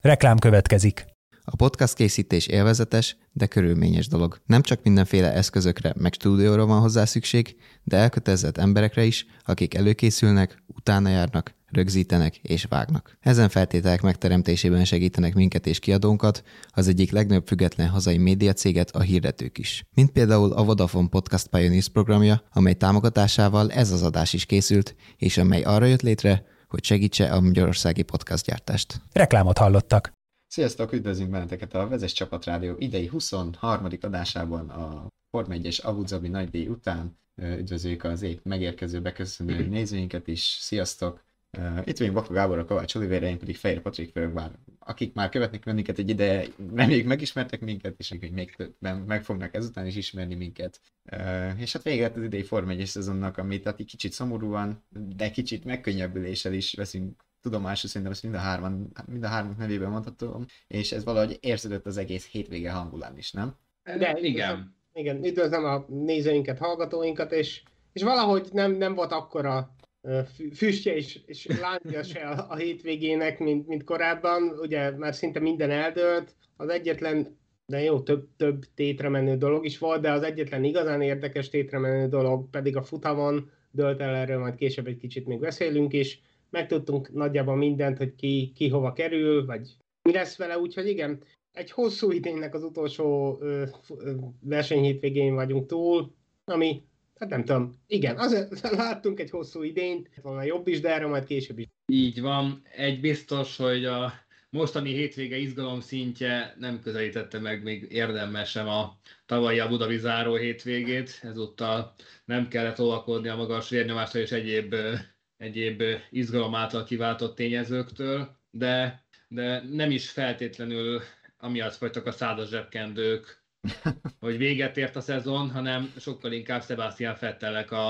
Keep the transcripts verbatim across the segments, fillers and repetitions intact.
Reklám következik. A podcast készítés élvezetes, de körülményes dolog. Nem csak mindenféle eszközökre meg stúdióra van hozzá szükség, de elkötelezett emberekre is, akik előkészülnek, utána járnak, rögzítenek és vágnak. Ezen feltételek megteremtésében segítenek minket és kiadónkat, az egyik legnagyobb független hazai médiacéget, a hirdetők is. Mint például a Vodafone Podcast Pioneers programja, amely támogatásával ez az adás is készült, és amely arra jött létre, hogy segítse a magyarországi podcastgyártást. Reklámot hallottak. Sziasztok, üdvözlünk benneteket a Vezess Csapat Rádió idei huszonharmadik adásában a Forma egyes Abu Dhabi nagydíj után. Üdvözlőjük az épp megérkező, beköszönő nézőinket is. Sziasztok! Itt vagyunk Bakla Gábor, a Kovács Olivérre, én pedig Fejér Patrik vagyok, bár akik már követnek minket egy ideje, reméljük megismertek minket, és hogy még többen meg fognak ezután is ismerni minket. És hát vége lett az idei Forma egyes szezonnak, amit hát egy kicsit szomorúan, de kicsit megkönnyebbüléssel is veszünk tudomásul, szerintem ezt mind a hárman, mind a hármak nevében mondhatom, és ez valahogy érződött az egész hétvége hangulán is, nem? De igen. Igen, üdvözlöm a nézőinket, hallgatóinkat, és, és valahogy nem, nem volt akkora füstje és, és lángja se a, a hétvégének, mint, mint korábban. Ugye már szinte minden eldőlt. Az egyetlen, de jó, több, több tétre menő dolog is volt, de az egyetlen igazán érdekes tétre menő dolog pedig a futamon dőlt el, erről majd később egy kicsit még beszélünk is. Megtudtunk nagyjából mindent, hogy ki, ki hova kerül, vagy mi lesz vele, úgyhogy igen, egy hosszú idénynek az utolsó ö, ö, versenyhétvégén vagyunk túl, ami, hát nem tudom, igen, azért láttunk egy hosszú idényt, volna jobb is, de erről majd később is. Így van, egy biztos, hogy a mostani hétvége izgalom szintje nem közelítette meg még érdemesen a tavalyi Abu Dhabi záró hétvégét, ezúttal nem kellett óvakodni a magas vérnyomástól és egyéb egyéb izgalom által kiváltott tényezőktől, de, de nem is feltétlenül amiatt vagytok a szádas zsebkendők, hogy véget ért a szezon, hanem sokkal inkább Sebastian Vettelnek a,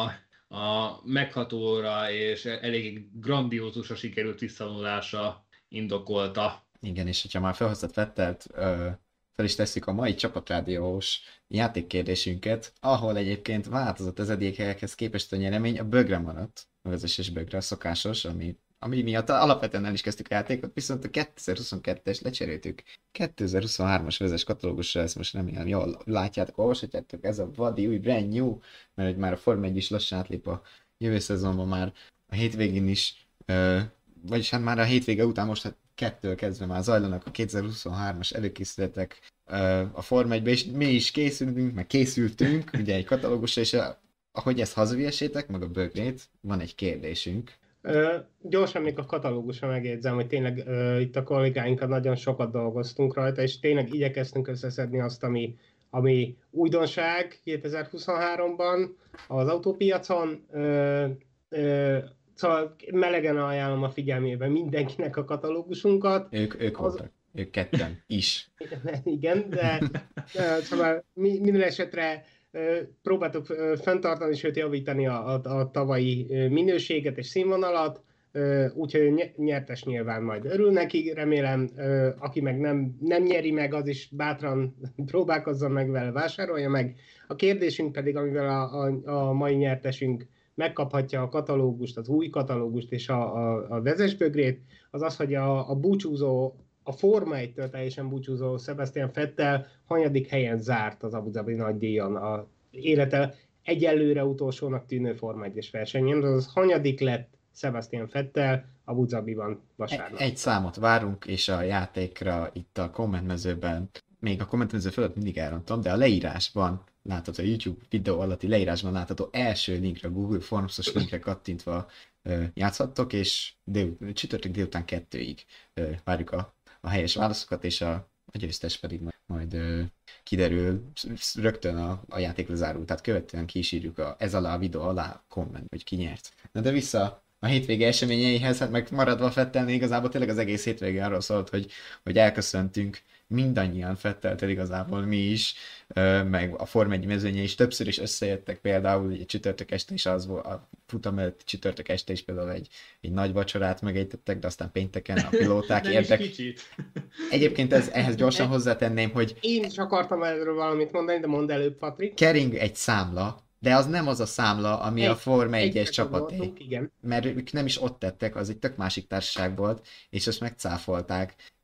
a meghatóra és elég grandiózusra sikerült visszavonulása indokolta. Igen, és hogyha már felhoztat Vettelt, fel is tesszük a mai csapatrádiós játékkérdésünket, ahol egyébként változott az eddigiekhez képest a nyeremény, a bögre maradt, a vezetés bögre, a szokásos, ami, ami miatt alapvetően el is kezdtük a játékot, viszont a kétezer-huszonkettes lecseréltük. kétezer-huszonhármas vezes katalógusra, ezt most remélem jól látjátok, olvashatjátok, ez a vadi új brand new, mert hogy már a Forma egy is lassan átlép a jövő szezonban, már a hétvégén is, ö, vagyis hát már a hétvége után most hát kettől kezdve már zajlanak a kétezer-huszonhármas előkészületek a Forma egybe, és mi is készülünk, meg készültünk, ugye egy katalógusra, és a, ahogy ezt hazavihessétek, meg a bögrét, van egy kérdésünk. Ö, gyorsan még a katalógusra megjegyzem, hogy tényleg ö, itt a kollégáinkkal nagyon sokat dolgoztunk rajta, és tényleg igyekeztünk összeszedni azt, ami, ami újdonság kétezer-huszonháromban az autópiacon. Ö, ö, Szóval melegen ajánlom a figyelmébe mindenkinek a katalógusunkat. Ők, ők az... voltak, ők ketten is. Igen, de szóval minden esetre próbáltuk fenntartani, sőt javítani a, a, a tavalyi minőséget és színvonalat, úgyhogy nyertes nyilván majd örül neki, remélem, aki meg nem, nem nyeri meg, az is bátran próbálkozzon meg vele, vásárolja meg. A kérdésünk pedig, amivel a, a, a mai nyertesünk megkaphatja a katalógust, az új katalógust és a, a, a vezesbögrét, az az, hogy a, a búcsúzó, a Forma egytől teljesen búcsúzó Sebastian Vettel hanyadik helyen zárt az Abu Dhabi nagydíjon a élete egyelőre utolsónak tűnő Forma egyes versenyen, az hanyadik lett Sebastian Vettel Abu Dhabiban vasárnap. Egy számot várunk, és a játékra itt a kommentmezőben, még a kommentmező fölött mindig elrontom, de a leírásban látható, a YouTube videó alatti leírásban látható első linkre, Google Forms-os linkre kattintva ö, játszhattok, és dél, csütörtök délután kettőig ö, várjuk a, a helyes válaszokat, és a, a győztes pedig majd, majd ö, kiderül rögtön a, a játék lezárul, tehát követően ki is írjuk a, ez alá a videó alá komment, hogy ki nyert. Na de vissza a hétvége eseményeihez, hát meg maradva Vettelnél igazából tényleg az egész hétvége arról szólt, hogy, hogy elköszöntünk mindannyian Vetteltől igazából mi is, meg a Forma egy mezőnye is többször is összejöttek, például egy csütörtök este is az volt, a futam előtt csütörtök este is például egy, egy nagy vacsorát megejtettek, de aztán pénteken a pilóták értek. Egyébként ez, ehhez gyorsan hozzátenném, hogy... Én is akartam erről valamit mondani, de mondd előbb, Patrik. Kering egy számla, de az nem az a számla, ami egy, a Forma egyes csapaté. Voltunk, igen. Mert ők nem is ott tettek, az egy tök másik társaság volt, és ezt megcáfolták.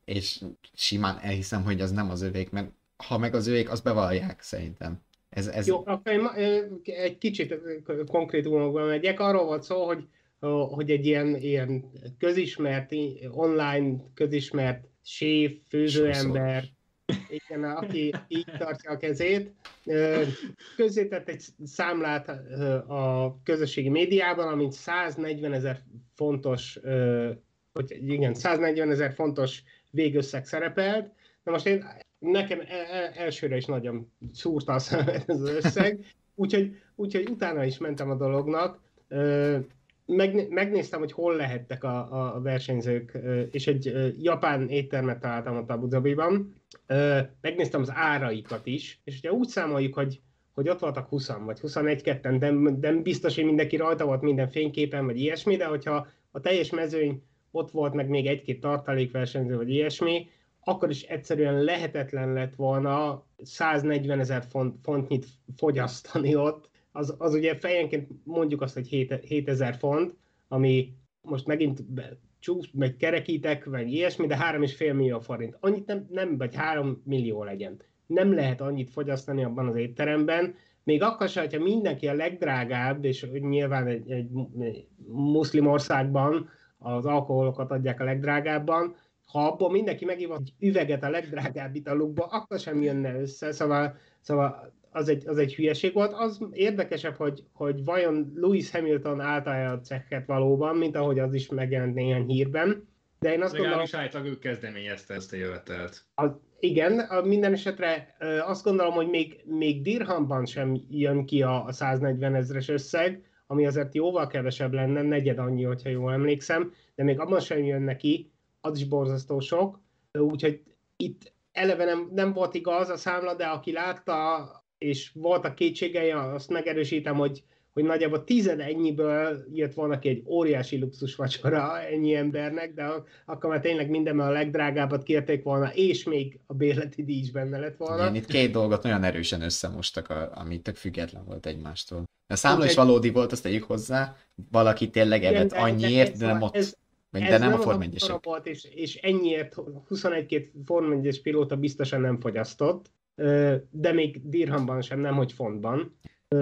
és simán elhiszem, hogy az nem az övék, mert ha meg az övék, azt bevallják szerintem. Ez, ez... Jó, akkor én egy kicsit konkrétumokban megyek. Arról volt szó, hogy, hogy egy ilyen, ilyen közismert, online közismert séf, főzőember, igen, aki így tartja a kezét, közzétett egy számlát a közösségi médiában, amint száznegyvenezer fontos, hogy igen, száznegyvenezer fontos végösszeg szerepelt. Na most én, nekem elsőre is nagyon szúrta a szemet ez az összeg, úgyhogy, úgyhogy utána is mentem a dolognak. Megnéztem, hogy hol lehettek a, a versenyzők, és egy japán éttermet találtam ott Abu Dhabiban. Megnéztem az áraikat is, és ugye úgy számoljuk, hogy, hogy ott voltak húszan vagy huszonegy-ketten, de nem biztos, hogy mindenki rajta volt minden fényképen, vagy ilyesmi, de hogyha a teljes mezőny ott volt, meg még egy-két tartalékversenyző, vagy ilyesmi, akkor is egyszerűen lehetetlen lett volna száznegyvenezer font, fontnyit fogyasztani ott. Az, az ugye fejenként mondjuk azt, hogy hétezer font, ami most megint csúsz, meg kerekítek, vagy ilyesmi, de három és fél millió forint. Annyit nem, nem, vagy három millió legyen. Nem lehet annyit fogyasztani abban az étteremben, még akkor sem, hogyha mindenki a legdrágább, és nyilván egy, egy muszlim országban az alkoholokat adják a legdrágábban, ha abból mindenki megívott egy üveget a legdrágább italukba, akkor sem jönne össze, szóval, szóval az, egy, az egy hülyeség volt. Az érdekesebb, hogy, hogy vajon Lewis Hamilton állta a cekket valóban, mint ahogy az is megjelent néhány hírben. De én azt legalábbis gondolom... állítólag ők kezdeményezte ezt a jövetelt. Az, igen, a minden esetre azt gondolom, hogy még, még dirhamban sem jön ki a, a száznegyven ezres összeg, ami azért jóval kevesebb lenne, negyed annyi, hogyha jól emlékszem, de még abban sem jön neki, az is borzasztó sok, úgyhogy itt eleve nem, nem volt igaz a számla, de aki látta, és voltak kétségei, azt megerősítem, hogy, hogy nagyjából tized ennyiből jött volna ki egy óriási luxus vacsora ennyi embernek, de akkor már tényleg mindenben a legdrágábbat kérték volna, és még a bérleti díj is benne lett volna. Igen, itt két dolgot nagyon erősen összemostak, a, ami tök független volt egymástól. A számla is valódi volt, azt tegyük hozzá, valaki tényleg evett annyiért, de nem ott. Ez, de ez nem, nem a Form egyesek. Volt, és, és ennyiért huszonegy-két Form egyes pilóta biztosan nem fogyasztott, de még dirhamban sem, nem hogy fontban.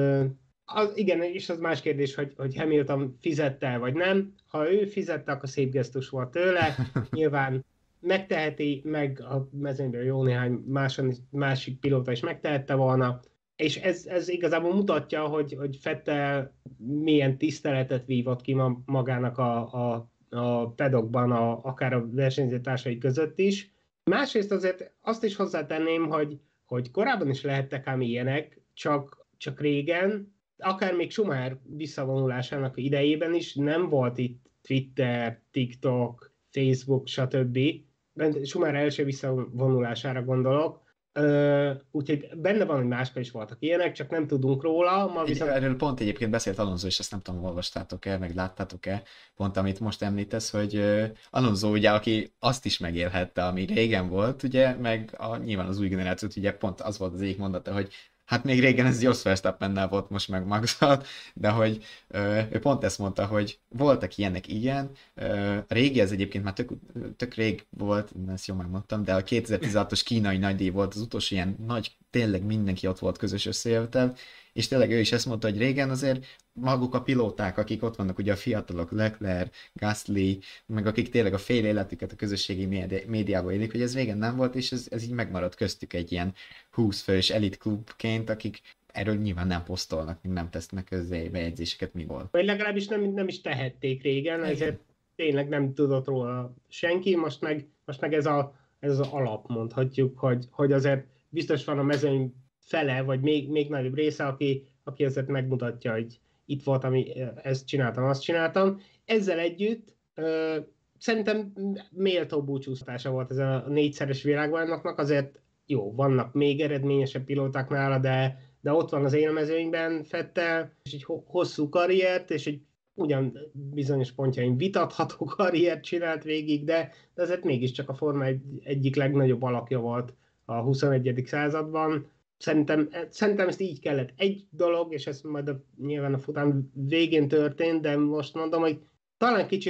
Az, igen, és az más kérdés, hogy, hogy Hamilton fizette vagy nem. Ha ő fizette, akkor szép gesztus volt tőle. Nyilván megteheti, meg a mezőnyből jó néhány máson, másik pilóta is megtehette volna. És ez, ez igazából mutatja, hogy, hogy Vettel milyen tiszteletet vívott ki magának a, a, a pedokban, a, akár a versenyzőtársai között is. Másrészt azért azt is hozzátenném, hogy, hogy korábban is lehettek ám ilyenek, csak, csak régen, akár még Schumacher visszavonulásának idejében is nem volt itt Twitter, TikTok, Facebook, stb. Schumacher első visszavonulására gondolok. Uh, úgyhogy benne van, hogy máskor is voltak ilyenek, csak nem tudunk róla. Ma viszont... Erről pont egyébként beszélt Alonso, és ezt nem tudom, olvastátok-e, meg láttátok-e, pont amit most említesz, hogy uh, Alonso ugye, aki azt is megélhette, ami régen volt, ugye, meg a, nyilván az új generációt, ugye pont az volt az egyik mondata, hogy hát még régen ez Jos Verstappennel volt, most meg Max-al, de hogy ö, ő pont ezt mondta, hogy voltak ilyenek, igen. Ö, a régi ez egyébként már tök, tök rég volt, ezt jól megmondtam, de a kétezer-tizenhatos kínai nagydíj volt az utolsó ilyen nagy, tényleg mindenki ott volt közös összejövetel, és tényleg ő is ezt mondta, hogy régen azért maguk a pilóták, akik ott vannak, ugye a fiatalok, Leclerc, Gasly, meg akik tényleg a fél életüket a közösségi médi- médiában élik, hogy ez régen nem volt, és ez, ez így megmaradt köztük egy ilyen húsz fős elitklubként, akik erről nyilván nem posztolnak, még nem tesznek közé bejegyzéseket, mi volt. Vagy legalábbis nem, nem is tehették régen, ezért tényleg nem tudott róla senki, most meg, most meg ez, a, ez az alap, mondhatjuk, hogy, hogy azért biztos van a mezőny fele, vagy még, még nagyobb része, aki, aki azért megmutatja, hogy itt volt, ami ezt csináltam, azt csináltam. Ezzel együtt ö, szerintem méltó búcsúztatása volt ez a négyszeres világbajnoknak, azért jó, vannak még eredményesebb pilóták nála, de, de ott van az élmezőnyben Vettel, és egy hosszú karriert, és egy ugyan bizonyos pontjain vitatható karriert csinált végig, de, de azért mégiscsak a Forma egy, egyik legnagyobb alakja volt a huszonegyedik században. Szerintem, szerintem ezt így kellett. Egy dolog, és ez majd a, nyilván a futám végén történt, de most mondom, hogy talán kicsit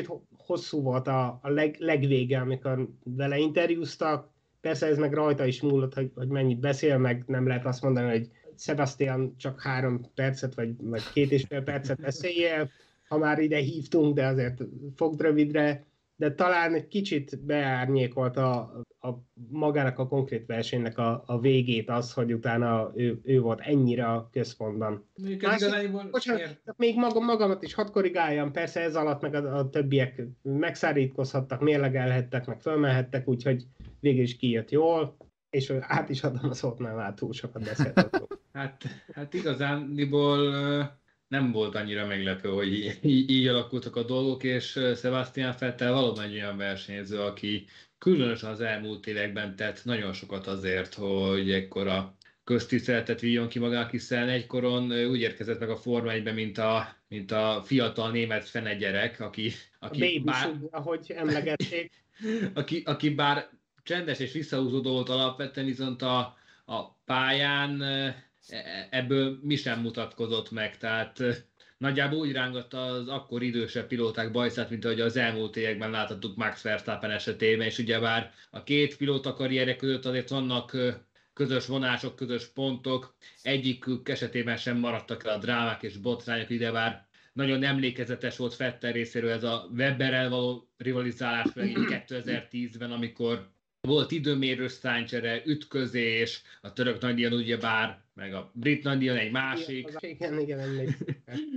hosszú volt a, a leg, legvége, amikor vele interjúztak. Persze ez meg rajta is múlott, hogy, hogy mennyit beszél, meg nem lehet azt mondani, hogy Sebastian csak három percet, vagy, vagy két és fél percet beszéljél, ha már ide hívtunk, de azért fogd rövidre, de talán egy kicsit beárnyékolt a, a magának a konkrét versenynek a, a végét az, hogy utána ő, ő volt ennyire a központban. Bocsánat, még magam, magamat is hadd korrigáljam, persze ez alatt meg a, a többiek megszárítkozhattak, mérlegelhettek, meg fölmelhettek, úgyhogy végül is kijött jól, és át is adom a szót, nem már túl sokat beszéltem. Hát, hát igazániból nem volt annyira meglepő, hogy így, így alakultak a dolgok, és Sebastian Vettel valóban egy olyan versenyző, aki különösen az elmúlt években tett nagyon sokat azért, hogy ekkora köztiszteletet vigyon ki magának, hiszen egykoron úgy érkezett meg a Forma egyben, mint a, mint a fiatal német fene gyerek, aki, aki a baby bár... sub, ahogy emlegették. aki, aki bár csendes és visszahúzódó volt alapvetően, viszont a, a pályán ebből mi sem mutatkozott meg, tehát nagyjából úgy rángatta az akkor idősebb pilóták bajszát, mint ahogy az elmúlt években láthattuk Max Verstappen esetében, és ugyebár a két pilóta karrierek között azért vannak közös vonások, közös pontok, egyikük esetében sem maradtak el a drámák és botrányok, ugyebár nagyon emlékezetes volt Vettel részéről ez a Webberrel való rivalizálás kétezer-tízben, amikor volt időmérős szánycsere, ütközés, a török nagydíjon ugyebár, meg a brit nagydíjon egy másik. Igen, igen, emlékszem.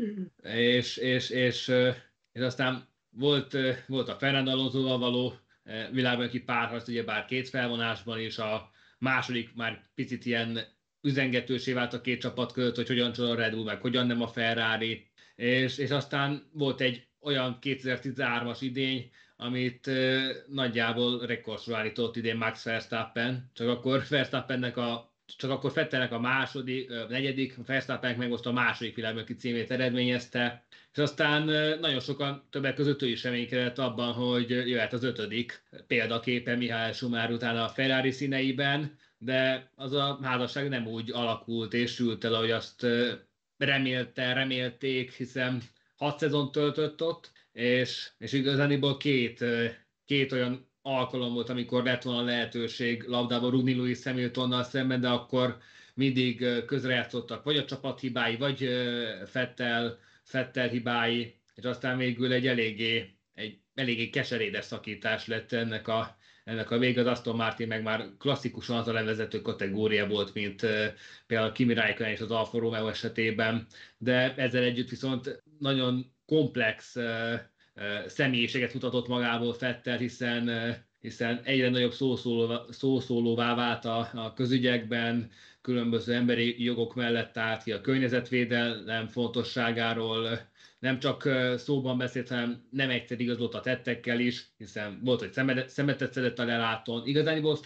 és, és, és, és aztán volt, volt a Fernando Alonsoval való világbajnoki párharc, ugyebár két felvonásban is, a második már picit ilyen üzengetősé vált a két csapat között, hogy hogyan csal a Red Bull, meg hogyan nem a Ferrari, és, és aztán volt egy olyan kétezer-tizenhármas idény, amit uh, nagyjából rekordra állított idén Max Verstappen, csak akkor Verstappennek a csak akkor Vettelnek a második, uh, negyedik, Verstappennek meg most a második világbajnoki címét eredményezte, és aztán uh, nagyon sokan, többek között ő is reménykedett abban, hogy jöhet az ötödik példaképe Michael Schumacher után a Ferrari színeiben, de az a házasság nem úgy alakult és sült el, ahogy azt uh, remélte, remélték, hiszen hat szezon töltött ott, és, és igazániból két, két olyan alkalom volt, amikor lett volna lehetőség labdába rúgni Lewis Hamiltonnal szemben, de akkor mindig közrejátszottak vagy a csapat hibái, vagy Vettel, Vettel hibái, és aztán végül egy eléggé, egy eléggé keserédes szakítás lett ennek a, ennek a vége. Az Aston Martin meg már klasszikusan az a levezető kategória volt, mint uh, például Kimi Räikkönen és az Alfa Romeo esetében, de ezzel együtt viszont nagyon komplex uh, uh, személyiséget mutatott magából Vettel, hiszen, uh, hiszen egyre nagyobb szószólóvá, szószólóvá vált a, a közügyekben, különböző emberi jogok mellett állt ki, a környezetvédelem fontosságáról nem csak szóban beszélt, hanem nem egyszer igazolt a tettekkel is, hiszen volt, hogy szemetet szedett a lelátón. Igazániból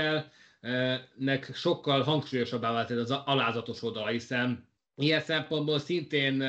Vettelnek sokkal hangsúlyosabbá vált ez az alázatos oldala, hiszen ilyen szempontból szintén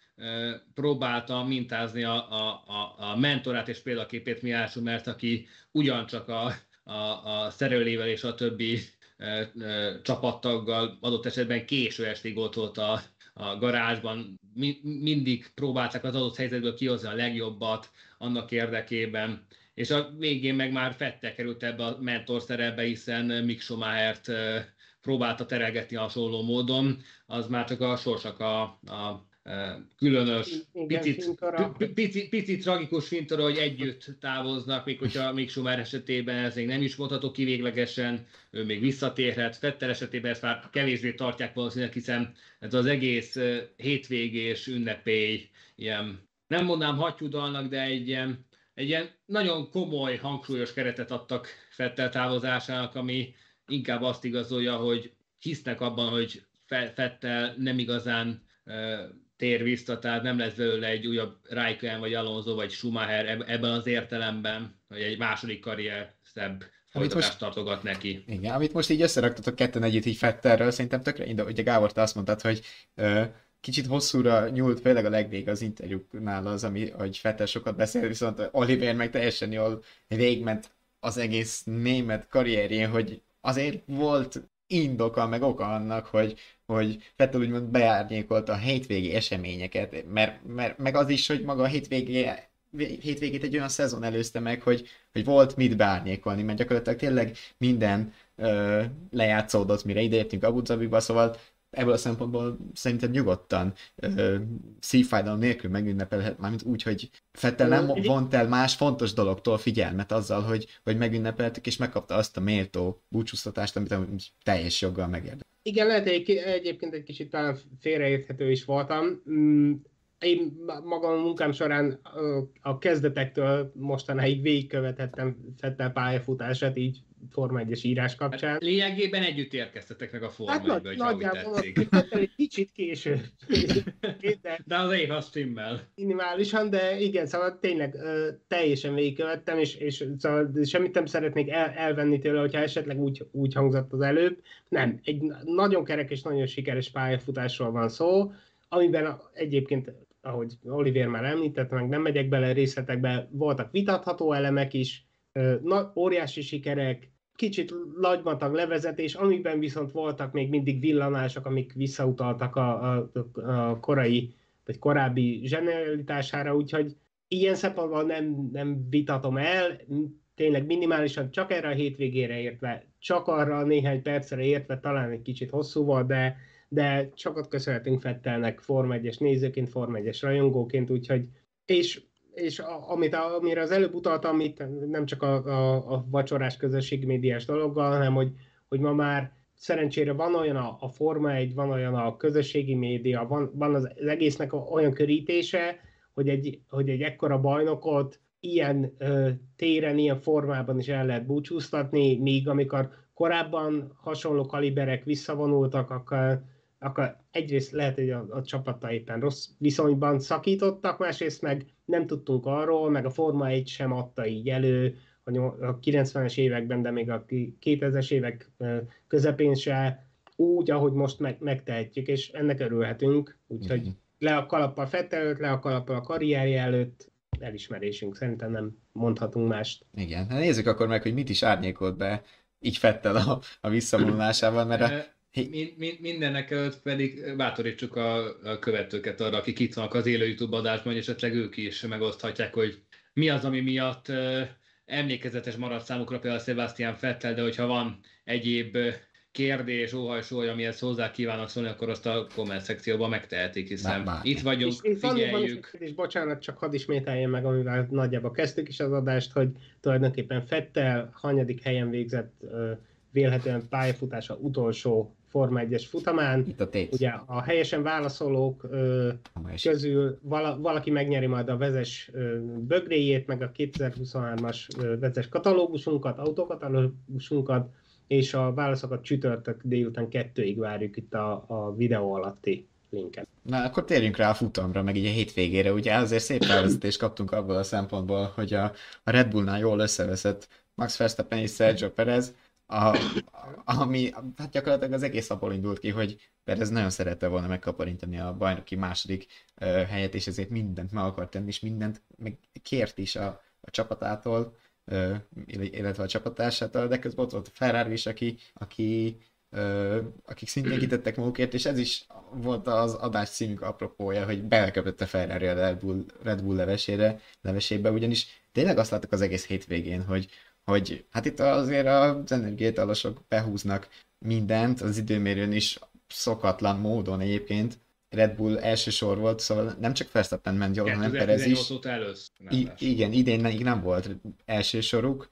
próbálta mintázni a, a, a, a mentorát és példaképét Michael Schumachert, aki ugyancsak a, a, a szerelével és a többi e, e, csapattaggal adott esetben késő estig ott volt a, a garázsban. Mi, mindig próbálták az adott helyzetből kihozni a legjobbat annak érdekében, és a végén meg már Vettel került ebbe a mentor szerepbe, hiszen Mick Schumachert e, próbálta terelgetni hasonló módon, az már csak a sorsak a, a különös, picit, picit, picit tragikus fintora, hogy együtt távoznak, még hogyha Mick Schumacher esetében ez még nem is mondható ki véglegesen, ő még visszatérhet, Vettel esetében ezt már kevésbé tartják valószínűleg, hiszen ez az egész hétvégés ünnepély, ilyen, nem mondnám hattyúdalnak, de egy ilyen, egy ilyen nagyon komoly, hangsúlyos keretet adtak Vettel távozásának, ami inkább azt igazolja, hogy hisznek abban, hogy Vettel nem igazán tér vissza, tehát nem lesz belőle egy újabb Räikkönen, vagy Alonso, vagy Schumacher ebben az értelemben, hogy egy második karrier szebb folytatást most tartogat neki. Igen, amit most így összeraktatok ketten együtt így Vettelről, szerintem tökre indul. Ugye Gábor, te azt mondtad, hogy ö, kicsit hosszúra nyúlt, főleg a legvég az interjúknál az, ami, hogy Vettel sokat beszél, viszont Oliver meg teljesen jól végment az egész német karrierjén, hogy azért volt indoka, meg oka annak, hogy, hogy Vettel úgymond beárnyékolta a hétvégi eseményeket, mert, mert meg az is, hogy maga a hétvégi hétvégét egy olyan szezon előzte meg, hogy, hogy volt mit beárnyékolni, mert gyakorlatilag tényleg minden ö, lejátszódott, mire ideértünk Abu Dhabiba, szóval ebből a szempontból szerintem nyugodtan ö, szívfájdalom nélkül megünnepelhet, mármint úgy, hogy Vettel nem vont el más fontos dologtól figyelmet azzal, hogy, hogy megünnepeltük, és megkapta azt a méltó búcsúztatást, amit teljes joggal megérdemel. Igen, lehet, hogy egyébként egy kicsit talán félreérthető is voltam. Én magam a munkám során a kezdetektől mostanáig végigkövethettem Vettel pályafutását, így Forma egyes írás kapcsán. Hát lényegében együtt érkeztetek meg a Forma egybe, hogyha úgy tetszik. Vettel egy kicsit később. De, de az év az stimmel. Minimálisan, de igen, szóval tényleg ö, teljesen végigkövettem, és, és szóval semmit nem szeretnék el, elvenni tőle, hogyha esetleg úgy, úgy hangzott az előbb. Nem, egy nagyon kerek és nagyon sikeres pályafutásról van szó, amiben egyébként, ahogy Oliver már említette, meg nem megyek bele részletekbe, voltak vitatható elemek is, Na, óriási sikerek, kicsit lagymatag levezetés, amiben viszont voltak még mindig villanások, amik visszautaltak a, a, a korai, vagy korábbi zsenialitására, úgyhogy ilyen szempontból nem, nem vitatom el, tényleg minimálisan csak erre a hétvégére értve, csak arra a néhány percre értve, talán egy kicsit hosszú volt, de, de sokat köszönhetünk Vettelnek Forma egyes nézőként, Forma egyes rajongóként, úgyhogy és és a, amit, a, amire az előbb utaltam, amit nem csak a, a, a vacsorás közösségmédiás dologgal, hanem hogy, hogy ma már szerencsére van olyan a, a Forma egy, van olyan a közösségi média, van, van az, az egésznek olyan körítése, hogy egy, hogy egy ekkora bajnokot ilyen ö, téren, ilyen formában is el lehet búcsúztatni, míg amikor korábban hasonló kaliberek visszavonultak, akkor akkor egyrészt lehet, hogy a, a csapattal éppen rossz viszonyban szakítottak, másrészt meg nem tudtunk arról, meg a Forma egy sem adta így elő a kilencvenes években, de még a kétezres évek közepén se úgy, ahogy most meg, megtehetjük, és ennek örülhetünk, úgyhogy mm-hmm. le a kalappal Vettel előtt, le a kalappal a karrierje előtt, elismerésünk, szerintem nem mondhatunk mást. Igen, hát nézzük akkor meg, hogy mit is árnyékolt be így Vettel a, a visszavonulásával, mert a Mind, mind, mindenek előtt pedig bátorítsuk a, a követőket arra, akik itt vannak az élő YouTube adásban, hogy esetleg ők is megoszthatják, hogy mi az, ami miatt uh, emlékezetes maradt számukra például Sebastian Vettel, de hogyha van egyéb kérdés, óhajsóly, amihez hozzá kívánok szólni, akkor azt a komment szekcióban megtehetik, hiszen már, itt vagyunk, és, és figyeljük. És bocsánat, csak hadd ismételjem meg, amivel nagyjából kezdtük is az adást, hogy tulajdonképpen Vettel hanyadik helyen végzett uh, vélhetően pályafutása utolsó Forma egyes futamán. Itt a tét. Ugye a helyesen válaszolók ö, közül vala, valaki megnyeri majd a vezes ö, bögréjét, meg a kétezer-huszonhármas ö, vezes katalógusunkat, autókatalógusunkat, és a válaszokat csütörtök délután kettőig várjuk itt a, a videó alatti linken. Na, akkor térjünk rá a futamra, meg így a hétvégére. Ugye azért szép felvezetést kaptunk abból a szempontból, hogy a, a Red Bullnál jól összeveszett Max Verstappen és Sergio Perez, A, ami hát gyakorlatilag az egész abból indult ki, hogy Perez nagyon szerette volna megkaparintani a bajnoki második uh, helyet, és ezért mindent meg akart tenni, és mindent meg kért is a, a csapatától, uh, illetve a csapattársától, de közben ott volt a Ferrari is, aki, aki, uh, akik szintén kitettek magukért, és ez is volt az adás címünk apropója, hogy beleköpött a Ferrari a Red Bull, Red Bull levesére, levesébe, ugyanis tényleg azt láttuk az egész hétvégén, hogy hogy hát itt azért az energiaitalosok behúznak mindent, az időmérőn is szokatlan módon egyébként. Red Bull első sor volt, szóval nem csak Verstappen ment jól, hanem Perez is. I- igen, idén még nem volt első soruk,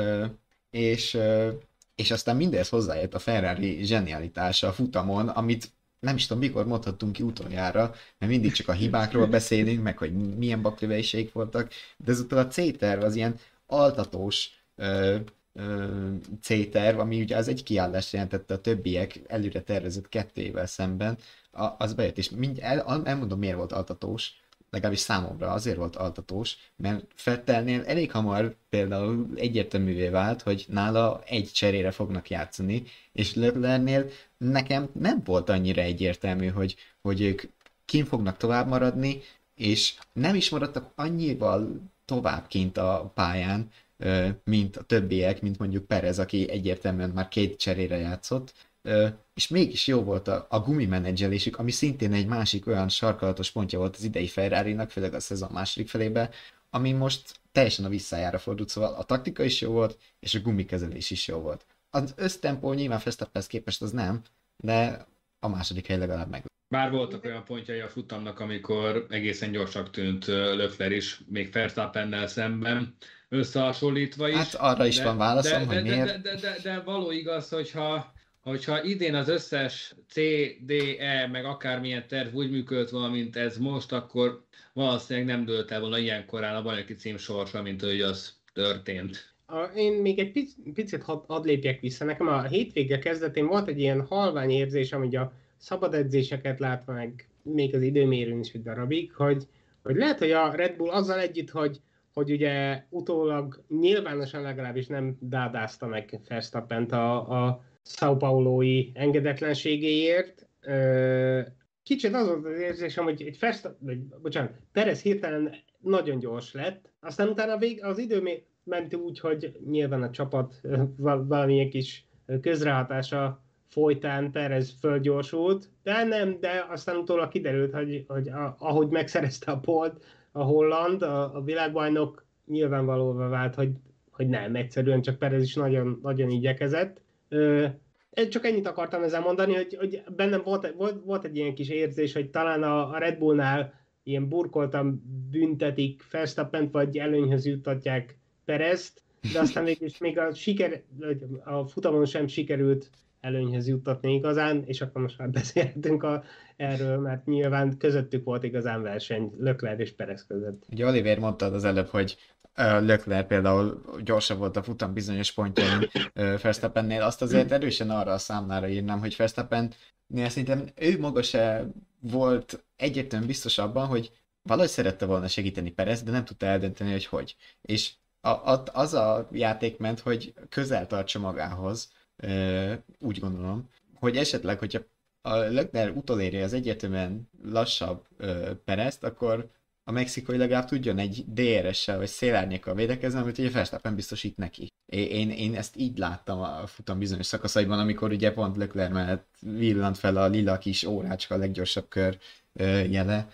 és, és aztán mindez hozzájött a Ferrari zsenialitása a futamon, amit nem is tudom, mikor mondhattunk ki utoljára, mert mindig csak a hibákról beszélünk, meg hogy milyen baklöveiség voltak, de ezúttal a C-terv az ilyen altatós Ö, ö, C-terv, ami ugye az egy kiállást jelentette a többiek előre tervezett kettő évvel szemben, a, az bejött, és mind, el, elmondom miért volt altatós, legalábbis számomra azért volt altatós, mert Vettelnél elég hamar például egyértelművé vált, hogy nála egy cserére fognak játszani, és Leclercnél nekem nem volt annyira egyértelmű, hogy, hogy ők kint fognak tovább maradni, és nem is maradtak annyival tovább kint a pályán, mint a többiek, mint mondjuk Perez, aki egyértelműen már két cserére játszott, és mégis jó volt a, a gumimenedzselésük, ami szintén egy másik olyan sarkalatos pontja volt az idei Ferrari-nak, főleg a szezon második felébe, ami most teljesen a visszájára fordult, szóval a taktika is jó volt, és a gumikezelés is jó volt. Az össztempó nyilván Verstappenhez képest az nem, de a második hely legalább meg. Bár voltak olyan pontjai a futamnak, amikor egészen gyorsak tűnt Leclerc is, még Verstappennel szemben összehasonlítva is. Hát arra is de, van válaszom, de, hogy de, miért. De, de, de, de való igaz, hogyha, hogyha idén az összes C, D, E, meg akármilyen terv úgy működött volna, mint ez most, akkor valószínűleg nem dőlt el volna ilyen korán a bajnoki cím sorsa, mint hogy az történt. A, én még egy pic, picit had, hadd lépjek vissza. Nekem a hétvége kezdetén volt egy ilyen halvány érzés, ami a szabad edzéseket látva, meg még az időmérőn is egy darabig, hogy, hogy lehet, hogy a Red Bull azzal együtt, hogy, hogy ugye utólag nyilvánosan legalábbis nem dádázta meg Verstappent a, a São Paulo-i engedetlenségéért. Kicsit az volt az érzésem, hogy egy Verstappen, bocsánat, Perez hirtelen nagyon gyors lett, aztán utána vég, az idő ment úgy, hogy nyilván a csapat valamilyen kis közrehatása folytán Perez fölgyorsult, de nem, de aztán utólag kiderült, hogy, hogy a, ahogy megszerezte a polt a holland, a, a világbajnok nyilvánvalóvá vált, hogy, hogy nem, egyszerűen csak Perez is nagyon, nagyon igyekezett. Csak ennyit akartam ezzel mondani, hogy, hogy bennem volt, volt, volt egy ilyen kis érzés, hogy talán a, a Red Bullnál ilyen burkoltan büntetik Verstappent, vagy előnyhöz juttatják Perezt, de aztán mégis még a, siker, a futamon sem sikerült előnyhöz juttatni igazán, és akkor most már beszélhetünk a, erről, mert nyilván közöttük volt igazán verseny Leclerc és Perez között. Ugye Oliver mondtad az előbb, hogy Leclerc például gyorsabb volt a futam bizonyos pontjain Verstappennél, azt azért erősen arra a számlára írnám, hogy Verstappennél szerintem ő maga se volt egyértelműen biztos abban, hogy valahogy szerette volna segíteni Perez, de nem tudta eldönteni, hogy hogy. És a, a, az a játék ment, hogy közel tartsa magához, úgy gondolom, hogy esetleg, hogyha a Leclerc utolérje az egyértelműen lassabb Perezt, akkor a mexikói legalább tudjon egy dé er es-sel vagy szélárnyékkal védekezni, amit ugye Verstappen biztosít neki. Én, én ezt így láttam a futam bizonyos szakaszaiban, amikor ugye pont Leclerc mellett villant fel a lila kis órácska, a leggyorsabb kör jele.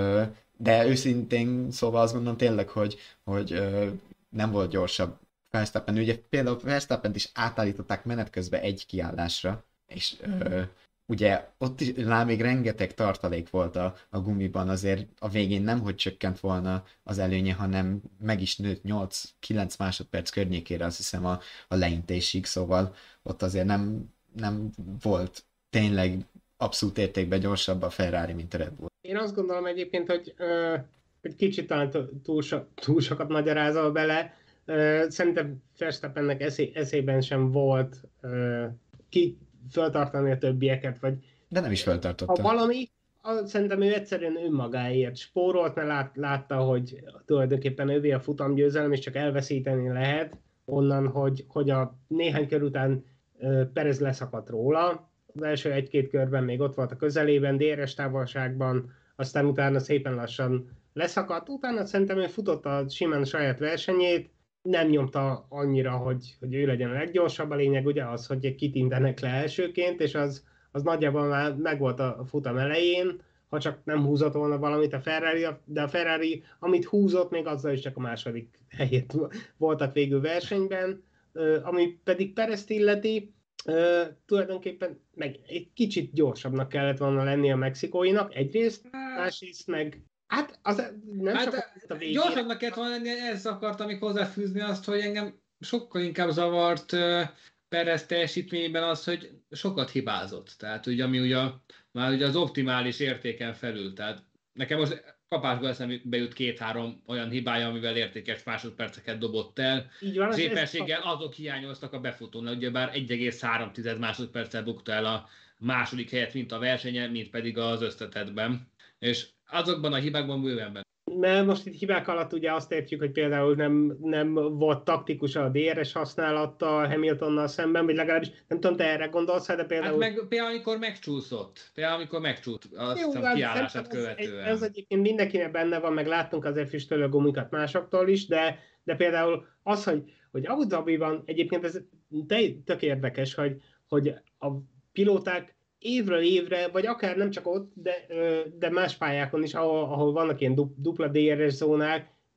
De őszintén szóval azt gondolom tényleg, hogy, hogy nem volt gyorsabb Verstappen. Ugye például Verstappent is átállították menet közben egy kiállásra, és ö, ugye ott is lá még rengeteg tartalék volt a, a gumiban, azért a végén nem hogy csökkent volna az előnye, hanem meg is nőtt nyolc-kilenc másodperc környékére, azt hiszem a, a leintésig, szóval ott azért nem, nem volt tényleg abszolút értékben gyorsabb a Ferrari, mint a Red Bull. Én azt gondolom egyébként, hogy, ö, hogy kicsit talán túl, so, túl sokat magyarázol bele. Ö, szerintem Verstappennek eszé, eszében sem volt ö, ki föltartani a többieket, vagy... De nem is föltartotta. Ha valami, az, szerintem ő egyszerűen önmagáért spórolt, mert lát, látta, hogy tulajdonképpen ővé a futamgyőzelem, és csak elveszíteni lehet onnan, hogy, hogy a néhány kör után uh, Perez leszakadt róla. Az első egy-két körben még ott volt a közelében, dé er es távolságban, aztán utána szépen lassan leszakadt. Utána szerintem ő futott a simán saját versenyét, nem nyomta annyira, hogy, hogy ő legyen a leggyorsabb. A lényeg ugye az, hogy kitintenek le elsőként, és az, az nagyjából már megvolt a futam elején, ha csak nem húzott volna valamit a Ferrari, de a Ferrari, amit húzott, még azzal is csak a második helyét voltak végül versenyben, ami pedig Perezt illeti, tulajdonképpen meg egy kicsit gyorsabbnak kellett volna lenni a mexikóinak, egyrészt, másrészt meg hát az nem hát, csak a végén. Gyorsabbnak kellett volna lenni, ezt akartam még hozzáfűzni azt, hogy engem sokkal inkább zavart uh, Perez teljesítményében az, hogy sokat hibázott. Tehát ugye, ami ugye, már ugye az optimális értéken felül. Tehát nekem most kapásból eszembe jut két-három olyan hibája, amivel értékes másodperceket dobott el. Így van, az éppenséggel azok hiányoztak a befutónál, ugyebár egy egész három másodperccel bukta el a második helyet, mint a versenyen, mint pedig az összetettben. És azokban a hibákban bőven benne. Mert most itt hibák alatt ugye azt értjük, hogy például nem, nem volt taktikus a dé er es használata Hamiltonnal szemben, vagy legalábbis nem tudom, te erre gondolsz, de például... Hát meg, például amikor megcsúszott, például amikor megcsúszott, azt Jó, a kiállását követően. Ez, ez egyébként mindenkinek benne van, meg láttunk azért füstölő gumikat másoktól is, de, de például az, hogy, hogy Abu Dhabiban egyébként ez tök érdekes, hogy, hogy a pilóták évről évre, vagy akár nem csak ott, de, de más pályákon is, ahol, ahol vannak ilyen dupla dé er es zónák,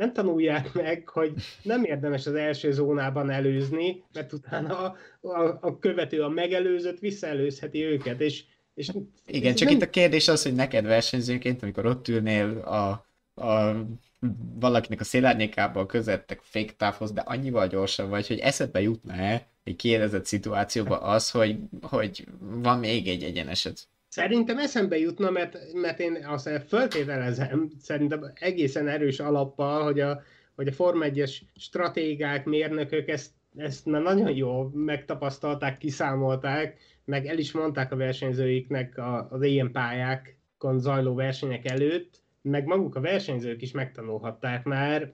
nem tanulják meg, hogy nem érdemes az első zónában előzni, mert utána a, a, a követő, a megelőzött visszaelőzheti őket, és, és igen, csak nem... itt a kérdés az, hogy neked versenyzőként, amikor ott ülnél a, a valakinek a szélárnyékában közettek fake távhoz, de annyival gyorsabb vagy, hogy eszedbe jutna-e egy kérdezett szituációba az, hogy, hogy van még egy egyenesed. Szerintem eszembe jutna, mert, mert én azt föltételezem, szerintem egészen erős alappal, hogy a, hogy a Forma egyes stratégák, mérnökök ezt, ezt már nagyon jól megtapasztalták, kiszámolták, meg el is mondták a versenyzőiknek a, az ilyen pályákon zajló versenyek előtt, meg maguk a versenyzők is megtanulhatták már,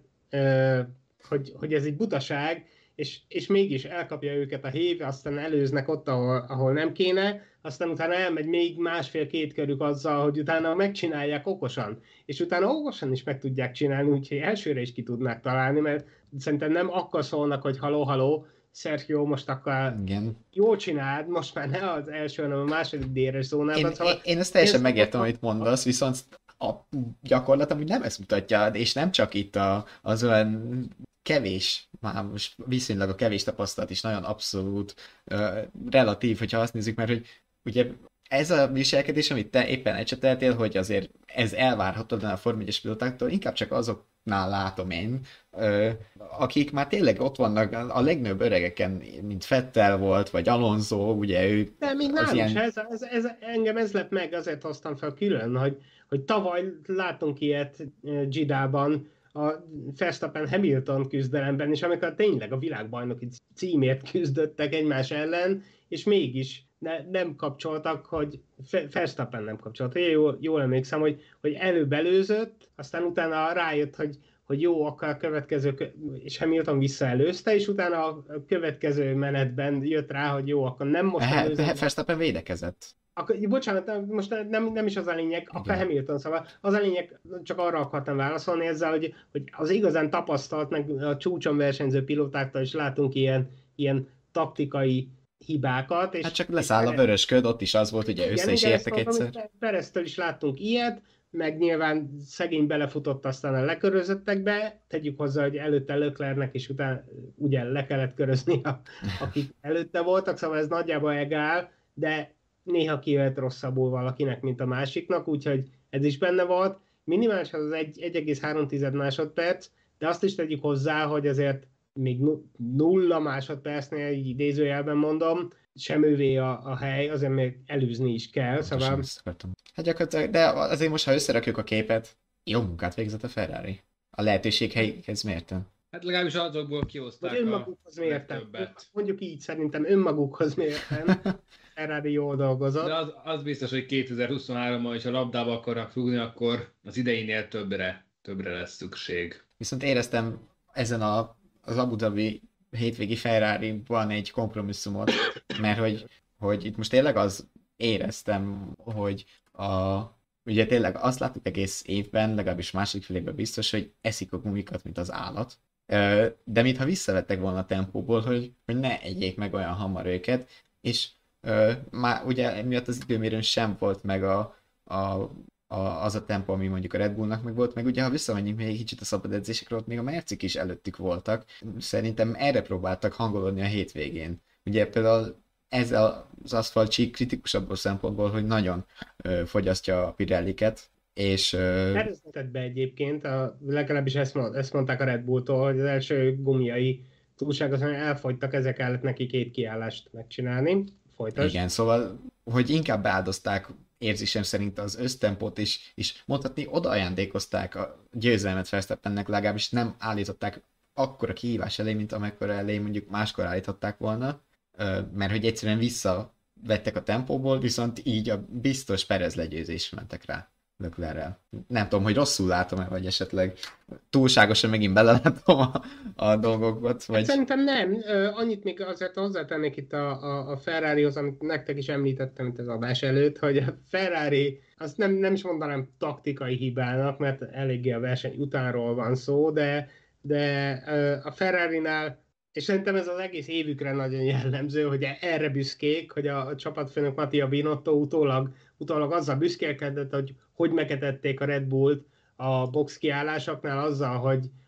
hogy, hogy ez egy butaság, és, és mégis elkapja őket a hév, aztán előznek ott, ahol, ahol nem kéne, aztán utána elmegy még másfél-két körük azzal, hogy utána megcsinálják okosan. És utána okosan is meg tudják csinálni, úgyhogy elsőre is ki tudnák találni, mert szerintem nem akkor szólnak, hogy haló-haló, Sergio, most akkor igen. Jól csináld, most már ne az első, hanem a második dé er es zónában. Én, szóval én, én ezt teljesen én megértem, amit mondasz, viszont a gyakorlat amúgy nem ezt mutatja, és nem csak itt a, az olyan kevés, már most viszonylag a kevés tapasztalat is nagyon abszolút uh, relatív, hogyha azt nézzük, mert hogy ugye ez a viselkedés, amit te éppen ecseteltél, hogy azért ez elvárhatatlan a Forma egyes pilotáktól, inkább csak azoknál látom én, uh, akik már tényleg ott vannak a legnagyobb öregeken, mint Vettel volt, vagy Alonso, ugye ő... De még nálunk ilyen... ilyen... ez, ez, ez, engem ez lett meg, azért hoztam fel külön, hogy, hogy tavaly látunk ilyet Jedában, a Verstappen-Hamilton küzdelemben, és amikor tényleg a világbajnoki címért küzdöttek egymás ellen, és mégis ne, nem kapcsoltak, hogy Verstappen nem kapcsolt. Jól, jól emlékszem, hogy, hogy előbb előzött, aztán utána rájött, hogy, hogy jó, akkor a következő, és Hamilton visszaelőzte, és utána a következő menetben jött rá, hogy jó, akkor nem most előzött. Verstappen védekezett. Akkor, bocsánat, most nem, nem is az a lényeg, akkor igen. Hamilton, szóval az a lényeg, csak arra akartam válaszolni ezzel, hogy, hogy az igazán tapasztalt, meg a csúcson versenyző pilótáktól is látunk ilyen, ilyen taktikai hibákat. És hát csak leszáll a vörösköd, ott is az volt, ugye össze is értek egyszer. Pereztől is láttunk ilyet, meg nyilván szegény belefutott aztán a lekörözöttekbe, tegyük hozzá, hogy előtte Leclercnek, és utána ugye le kellett körözni, a, akik előtte voltak, szóval ez nagyjából egál, de néha kijöhet rosszabbul valakinek, mint a másiknak, úgyhogy ez is benne volt. Minimális az egy egész három másodperc, de azt is tegyük hozzá, hogy azért még nulla másodpercnél, így idézőjelben mondom, sem ővé a, a hely, azért még előzni is kell. Szóval... Hát gyakorlatilag, de azért most, ha összerakjuk a képet, jó munkát végzett a Ferrari. A lehetőség helyhez mérten. Hát legalábbis azokból kihozták vagy önmagukhoz mérten. Mondjuk így szerintem önmagukhoz mérten. Ferrari jól dolgozott. De az, az biztos, hogy kétezer-huszonháromban, és a labdába akarnak rúgni, akkor az ideinél többre, többre lesz szükség. Viszont éreztem ezen a, az Abu Dhabi hétvégi Ferrari-ban egy kompromisszumot, mert hogy, hogy itt most tényleg az éreztem, hogy a, ugye tényleg azt láttuk egész évben, legalábbis második félében biztos, hogy eszik a gumikat, mint az állat. De mintha visszavettek volna a tempóból, hogy, hogy ne egyék meg olyan hamar őket, és Uh, már ugye emiatt az időmérőn sem volt meg a, a, a, az a tempó, ami mondjuk a Red Bullnak meg volt, meg ugye ha visszamegyünk még egy kicsit a szabad edzésekre, ott még a Mercik is előttük voltak. Szerintem erre próbáltak hangolódni a hétvégén. Ugye például ez az aszfalt csík kritikusabb szempontból, hogy nagyon uh, fogyasztja a Pirelliket, és... Uh... be egyébként, a, legalábbis ezt, mond, ezt mondták a Red Bulltól, hogy az első gumiai túlságosan elfogytak, ezek kellett neki két kiállást megcsinálni. Folytasd. Igen, szóval, hogy inkább beáldozták érzésem szerint az össztempót is, és mondhatni oda ajándékozták a győzelmet Verstappennek, legalábbis nem állították akkora kihívás elé, mint amekkora elé mondjuk máskor állították volna, mert hogy egyszerűen visszavettek a tempóból, viszont így a biztos Perez legyőzés mentek rá Leclerrel. Nem tudom, hogy rosszul látom-e, vagy esetleg túlságosan megint belelátom a, a dolgokat. Vagy... Hát szerintem nem. Annyit még azért hozzátennék itt a, a, a Ferrarihoz, amit nektek is említettem itt az adás előtt, hogy a Ferrari, azt nem, nem is mondanám taktikai hibának, mert eléggé a verseny utánról van szó, de, de a Ferrarinál, és szerintem ez az egész évükre nagyon jellemző, hogy erre büszkék, hogy a, a csapatfőnök Mattia Binotto utólag, utólag azzal büszkélkedett, hogy hogy megetették a Red Bullt a box kiállásoknál azzal, hogy,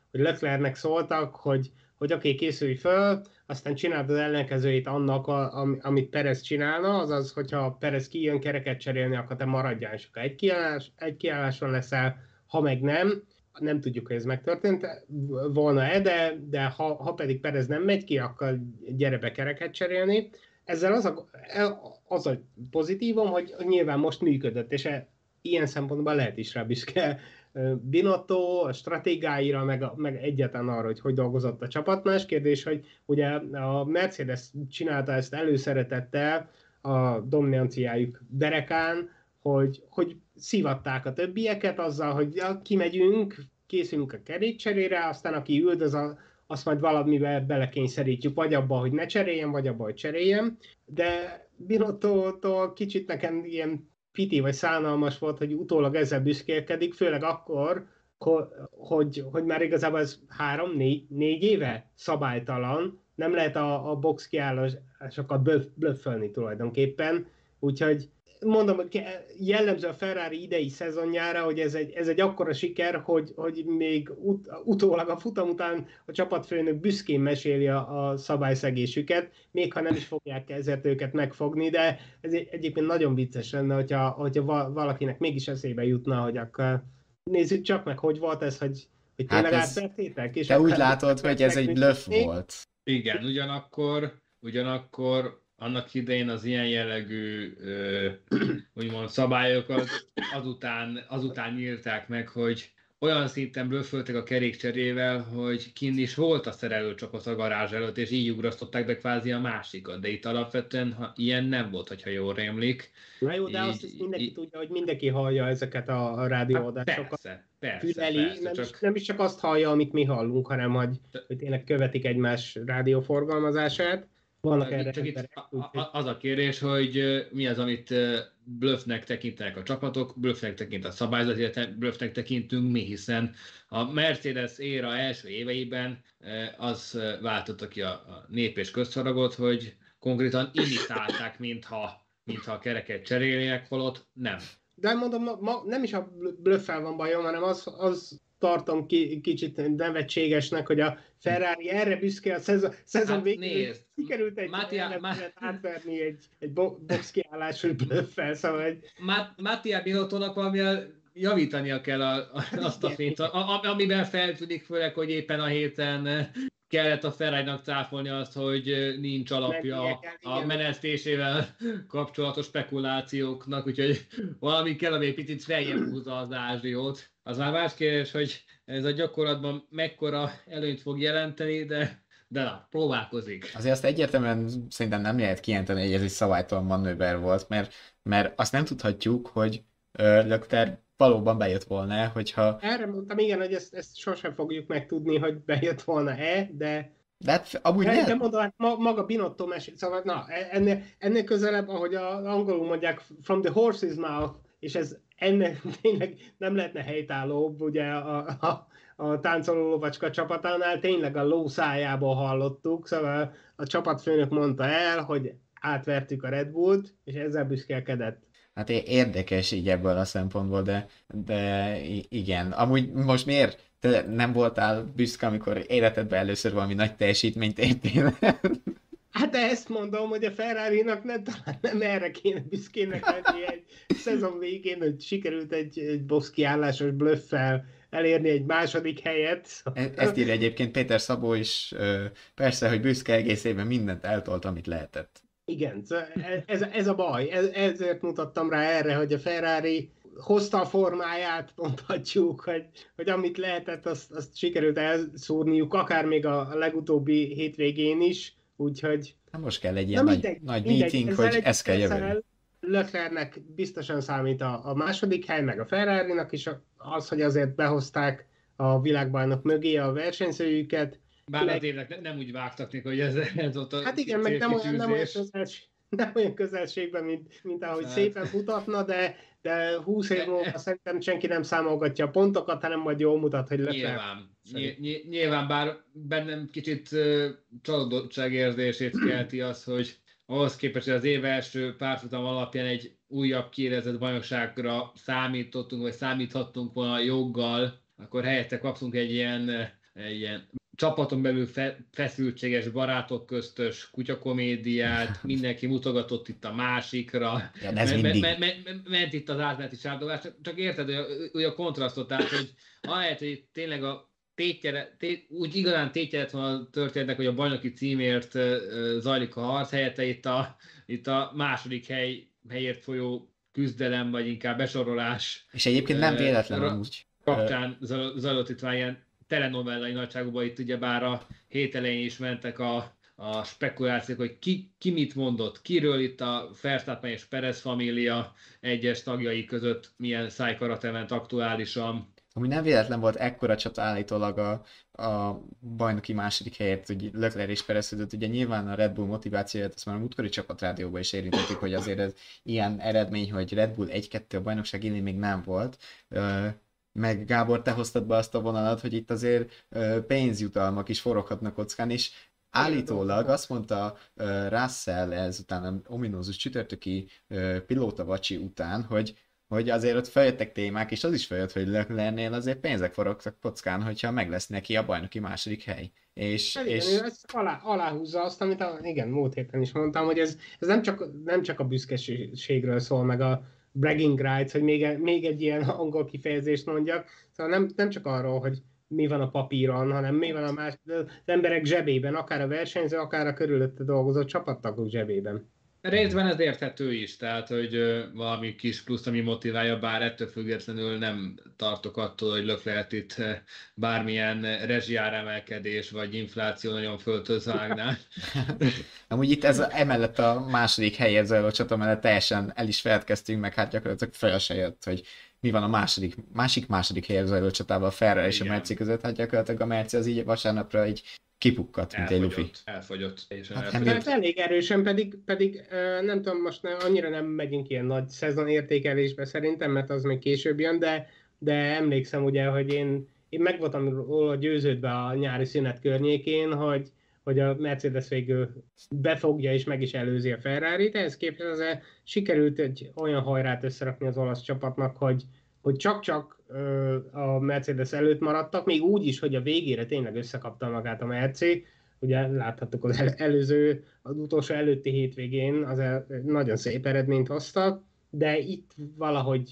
hogy Leclercnek szóltak, hogy, hogy oké, okay, készülj föl, aztán csináld az ellenkezőjét annak, a, amit Perez csinálna, azaz, hogyha Perez kijön kereket cserélni, akkor te maradjál, és akkor egy, kiállás, egy kiálláson leszel, ha meg nem, nem tudjuk, hogy ez megtörtént volna-e, de, de ha, ha pedig Perez nem megy ki, akkor gyere be kereket cserélni. Ezzel az a, az a pozitívum, hogy nyilván most működött, és e, ilyen szempontból lehet is rá büszke Binotto, a stratégáira, meg, a, meg egyáltalán arra, hogy hogy dolgozott a csapat. Más kérdés, hogy ugye a Mercedes csinálta ezt előszeretettel a dominanciájuk derekán, hogy, hogy szivatták a többieket azzal, hogy ja, kimegyünk, készülünk a kerékcserére, aztán aki üldöz, a, azt majd valamivel belekényszerítjük, vagy abba, hogy ne cseréljen, vagy abba, hogy cseréljen. De Binotto-tól kicsit nekem ilyen piti vagy szánalmas volt, hogy utólag ezzel büszkélkedik, főleg akkor, hogy, hogy már igazából ez három, négy, négy éve szabálytalan, nem lehet a, a box kiállásokat blöffölni tulajdonképpen, úgyhogy mondom, hogy jellemző a Ferrari idei szezonjára, hogy ez egy, ez egy akkora siker, hogy, hogy még ut, utólag a futam után a csapatfőnök büszkén meséli a, a szabályszegésüket, még ha nem is fogják ezért őket megfogni, de ez egy, egyébként nagyon vicces lenne, hogyha, hogyha valakinek mégis eszébe jutna, hogy akkor nézzük csak meg, hogy volt ez, hogy, hogy tényleg hát átvertétek. És te úgy látod, hogy ez egy bluff volt. Igen, ugyanakkor, ugyanakkor annak idején az ilyen jellegű úgymond szabályokat azután, azután nyírták meg, hogy olyan szinten blöfföltek a kerékcserével, hogy kinn is volt a szerelőcsapat a garázs előtt, és így ugrasztották be kvázi a másikat. De itt alapvetően ha ilyen nem volt, hogyha jól rémlik. Na jó, de így, azt is mindenki így, tudja, hogy mindenki hallja ezeket a rádióadásokat. Persze, persze, Füleli, persze nem, csak... is, nem is csak azt hallja, amit mi hallunk, hanem hogy, hogy tényleg követik egymás rádióforgalmazását. Vannak erre csak itt az a kérdés, hogy mi az, amit bluffnek tekintenek a csapatok, bluffnek tekint a szabályzat, illetve bluffnek tekintünk mi, hiszen a Mercedes éra első éveiben az váltotta ki a nép és közszaragot, hogy konkrétan imitálták, mintha, mintha a kereket cserélnének, holott nem. De mondom, ma, ma nem is a bluffel van bajom, hanem az, az tartom ki, kicsit nevetségesnek, hogy a Ferrari erre büszke a szezon, szezon hát végén sikerült egy Mátia, Má... átverni egy, egy box kiállásos bluffel, szóval egy... Mátia Binottónak valamivel javítania kell a, a, azt a fényt, a, a, amiben feltűnik főleg, hogy éppen a héten kellett a Ferrari-nak cáfolni azt, hogy nincs alapja a, a menesztésével kapcsolatos spekulációknak, úgyhogy valami kell, ami egy picit feljebb húzza az ázsiót. Az már más kérdés, hogy ez a gyakorlatban mekkora előnyt fog jelenteni, de, de na, próbálkozik. Azért azt egyértelműen szerintem nem lehet kijelenteni, hogy ez egy szabálytalan manőver volt, mert, mert azt nem tudhatjuk, hogy Leclerc valóban bejött volna, hogyha... Erre mondtam, igen, hogy ezt, ezt sosem fogjuk megtudni, hogy bejött volna-e, de... De hát amúgy de, nem. De mondom, hát maga Binotto mesél, szóval na, ennél, ennél közelebb, ahogy az angolul mondják, from the horse's mouth, és ez ennél tényleg nem lehetne helytállóbb, ugye a, a, a táncoló lovacska csapatánál tényleg a ló szájából hallottuk, szóval a csapatfőnök mondta el, hogy átvertük a Red Bullt, és ezzel büszkélkedett. Hát érdekes így ebből a szempontból, de, de igen. Amúgy most miért te nem voltál büszke, amikor életedben először valami nagy teljesítményt értél? Hát ezt mondom, hogy a Ferrari-nak nem, talán nem erre kéne büszkének lenni egy szezon végén, hogy sikerült egy, egy box kiállásos blöffel elérni egy második helyet. E- ezt írja egyébként Péter Szabó is, persze, hogy büszke egész évben mindent eltolt, amit lehetett. Igen, ez, ez a baj. Ez, ezért mutattam rá erre, hogy a Ferrari hozta a formáját, mondhatjuk, hogy, hogy amit lehetett, azt, azt sikerült elszúrniuk, akár még a legutóbbi hétvégén is, úgyhogy... Na most kell egy ilyen nagy, mindegy, nagy meeting, hogy egy, ezt kell jövő. Leclercnek biztosan számít a, a második hely, meg a Ferrari-nak is az, hogy azért behozták a világbajnok mögé a versenyzőjüket. Bár meg... azért nem úgy vágtak neki, hogy ez, ez ott a hát igen, meg nem olyan, nem olyan, közelség, nem olyan közelségben, mint, mint ahogy hát. szépen mutatna, de, de húsz év múlva szerintem senki nem számolgatja a pontokat, hanem majd jól mutat, hogy Leclerc. Nyilván, ny- nyilván, bár bennem kicsit uh, csalódottságérzését kelti az, hogy ahhoz képest, hogy az év első párfutam alapján egy újabb kiélezett bajnokságra számítottunk, vagy számíthattunk volna joggal, akkor helyette kaptunk egy ilyen ilyen csapaton belül fe, feszültséges barátok köztös kutyakomédiát, mindenki mutogatott itt a másikra, Ja, ez me, mindig. me, me, me, ment itt az átmeneti sárdogás, csak, csak érted, hogy a, hogy a kontrasztot, tehát, hogy ahelyett, hogy tényleg a tétjere, tét, úgy igazán tétje lett volna a történetnek, hogy a bajnoki címért uh, zajlik a harc, helyette itt a, itt a második hely, helyért folyó küzdelem, vagy inkább besorolás. És egyébként nem véletlen uh, amúgy. Kapcsán zajlott itt már ilyen telenovellai nagyságúban, itt ugyebár a hét elején is mentek a, a spekulációk, hogy ki, ki mit mondott, kiről itt a Verstappen és Perez família egyes tagjai között milyen szájkarate ment aktuálisan. Ami nem véletlen volt ekkora csata állítólag a, a bajnoki második helyért, hogy Leclerc és Perez között. Ugye nyilván a Red Bull motivációját, azt már a múltkori csapatrádióban is érintettük, hogy azért ez ilyen eredmény, hogy Red Bull egy-kettő a bajnokság élén még nem volt. Meg Gábor, te hoztad be azt a vonalat, hogy itt azért pénzjutalmak is foroghatnak kockán, és állítólag azt mondta Russell ezután a ominózus csütörtöki pilótavacsi után, hogy hogy azért ott feljöttek témák, és az is feljött, hogy Leclercnél azért pénzek forogtak kockán, hogyha meg lesz neki a bajnoki második hely. És, hát és... igen, ez alá, aláhúzza azt, amit a, igen, múlt héten is mondtam, hogy ez, ez nem, csak, nem csak a büszkeségről szól, meg a bragging rights, hogy még, még egy ilyen angol kifejezést mondjak, szóval nem, nem csak arról, hogy mi van a papíron, hanem mi van a más, az emberek zsebében, akár a versenyző, akár a körülötte dolgozó csapattagok zsebében. Részben ez érthető is, tehát, hogy valami kis plusz, ami motiválja, bár ettől függetlenül nem tartok attól, hogy Leclerc itt bármilyen rezsiáremelkedés vagy infláció nagyon föltöz vágná. Amúgy itt ez a, emellett a második helyért zajló csata mellett teljesen el is feledkeztünk, meg hát gyakorlatilag fel se jött, hogy mi van a második, másik második helyért zajló csatában a Ferrari és a Merci között, hát gyakorlatilag a Merci az így vasárnapra így kipukkadt, mint egy lufi. Elfogyott. Hát hát elég erősen, pedig, pedig nem tudom, most ne, annyira nem megyünk ilyen nagy szezonértékelésbe szerintem, mert az még később jön, de, de emlékszem ugye, hogy én, én meg voltam róla győződve a nyári szünet környékén, hogy, hogy a Mercedes végül befogja és meg is előzi a Ferrari-t, ehhez képest azért sikerült egy olyan hajrát összerakni az olasz csapatnak, hogy hogy csak-csak ö, a Mercedes előtt maradtak, még úgy is, hogy a végére tényleg összekapta magát a Merci. Ugye láthattuk az el- előző, az utolsó előtti hétvégén az el- nagyon szép eredményt hoztak, de itt valahogy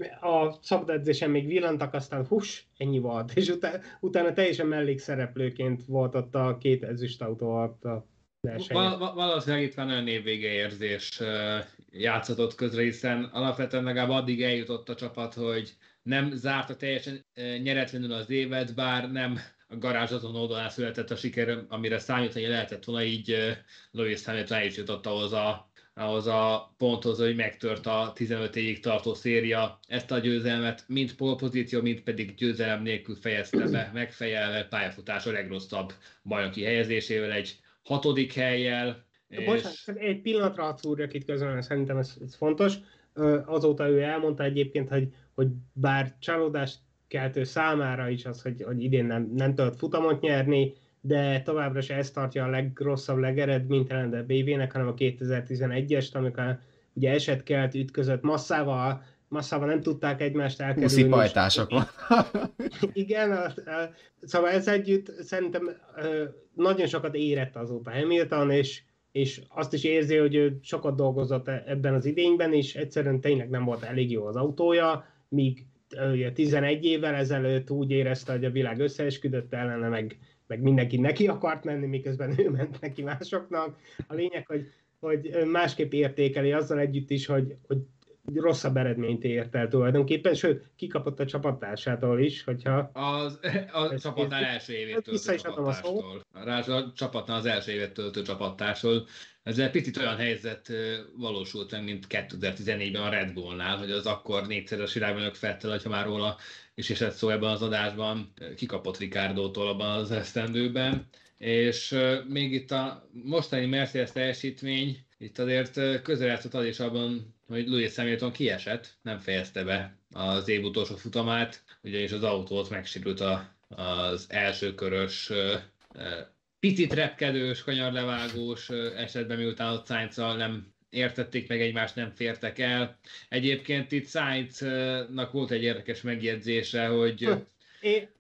a szabadedzésen még villantak, aztán hús, ennyi volt, és utána, utána teljesen mellékszereplőként volt ott a két ezüstautó ott a versenyen. Val- valószínűleg itt van olyan évvége érzés játszatott közre, hiszen alapvetően legalább addig eljutott a csapat, hogy nem zárta teljesen nyeretlenül az évet, bár nem a garázs azon oldalán született a siker, amire számítani lehetett volna, így Lewis Hamilton el is jutott ahhoz a, ahhoz a ponthoz, hogy megtört a tizenöt évig tartó széria. Ezt a győzelmet mind polpozíció, mind pedig győzelem nélkül fejezte be, megfejelve pályafutás a legrosszabb bajnoki helyezésével, egy hatodik hellyel. És... Bocsánat, egy pillanatra hadd szúrjak itt közben, szerintem ez, ez fontos. Azóta ő elmondta egyébként, hogy, hogy bár csalódást keltő számára is az, hogy, hogy idén nem, nem tudott futamot nyerni, de továbbra se ezt tartja a legrosszabb, legeredménytelenebb évének, hanem a kétezer-tizenegyest, amikor ugye eset kelt, ütközött Masszával, Masszával nem tudták egymást elkerülni. Húszi pajtások van. Igen, a, a, szóval ez együtt szerintem nagyon sokat érett azóta Hamilton, és, és azt is érzi, hogy ő sokat dolgozott ebben az idényben, és egyszerűen tényleg nem volt elég jó az autója, míg tizenegy évvel ezelőtt úgy érezte, hogy a világ összeesküdött ellene, meg, meg mindenki neki akart menni, miközben ő ment neki másoknak. A lényeg, hogy, hogy másképp értékeli azzal együtt is, hogy, hogy rosszabb eredményt ért el tulajdonképpen, sőt, kikapott a csapattársától is, hogyha... Az, a csapatnál első évét töltő csapattárstól. Ráadásul a csapatnál az első évet töltő csapattárstól. Ez egy picit olyan helyzet valósult meg, mint kétezer-tizennégyben a Red Bullnál, hogy az akkor négyszeres világbajnok Vettel, hogyha már róla is esett szó ebben az adásban, kikapott Ricardótól abban az esztendőben. És még itt a mostani Mercedes teljesítmény, itt azért közeljátszott az is abban, hogy Lewis Hamilton kiesett, nem fejezte be az év utolsó futamát, ugyanis az autót megsérült a, az első körös, picit repkedős, kanyarlevágós esetben, miután ott Sainz-al nem értették meg egymást, nem fértek el. Egyébként itt Sainz-nak volt egy érdekes megjegyzése, hogy... É,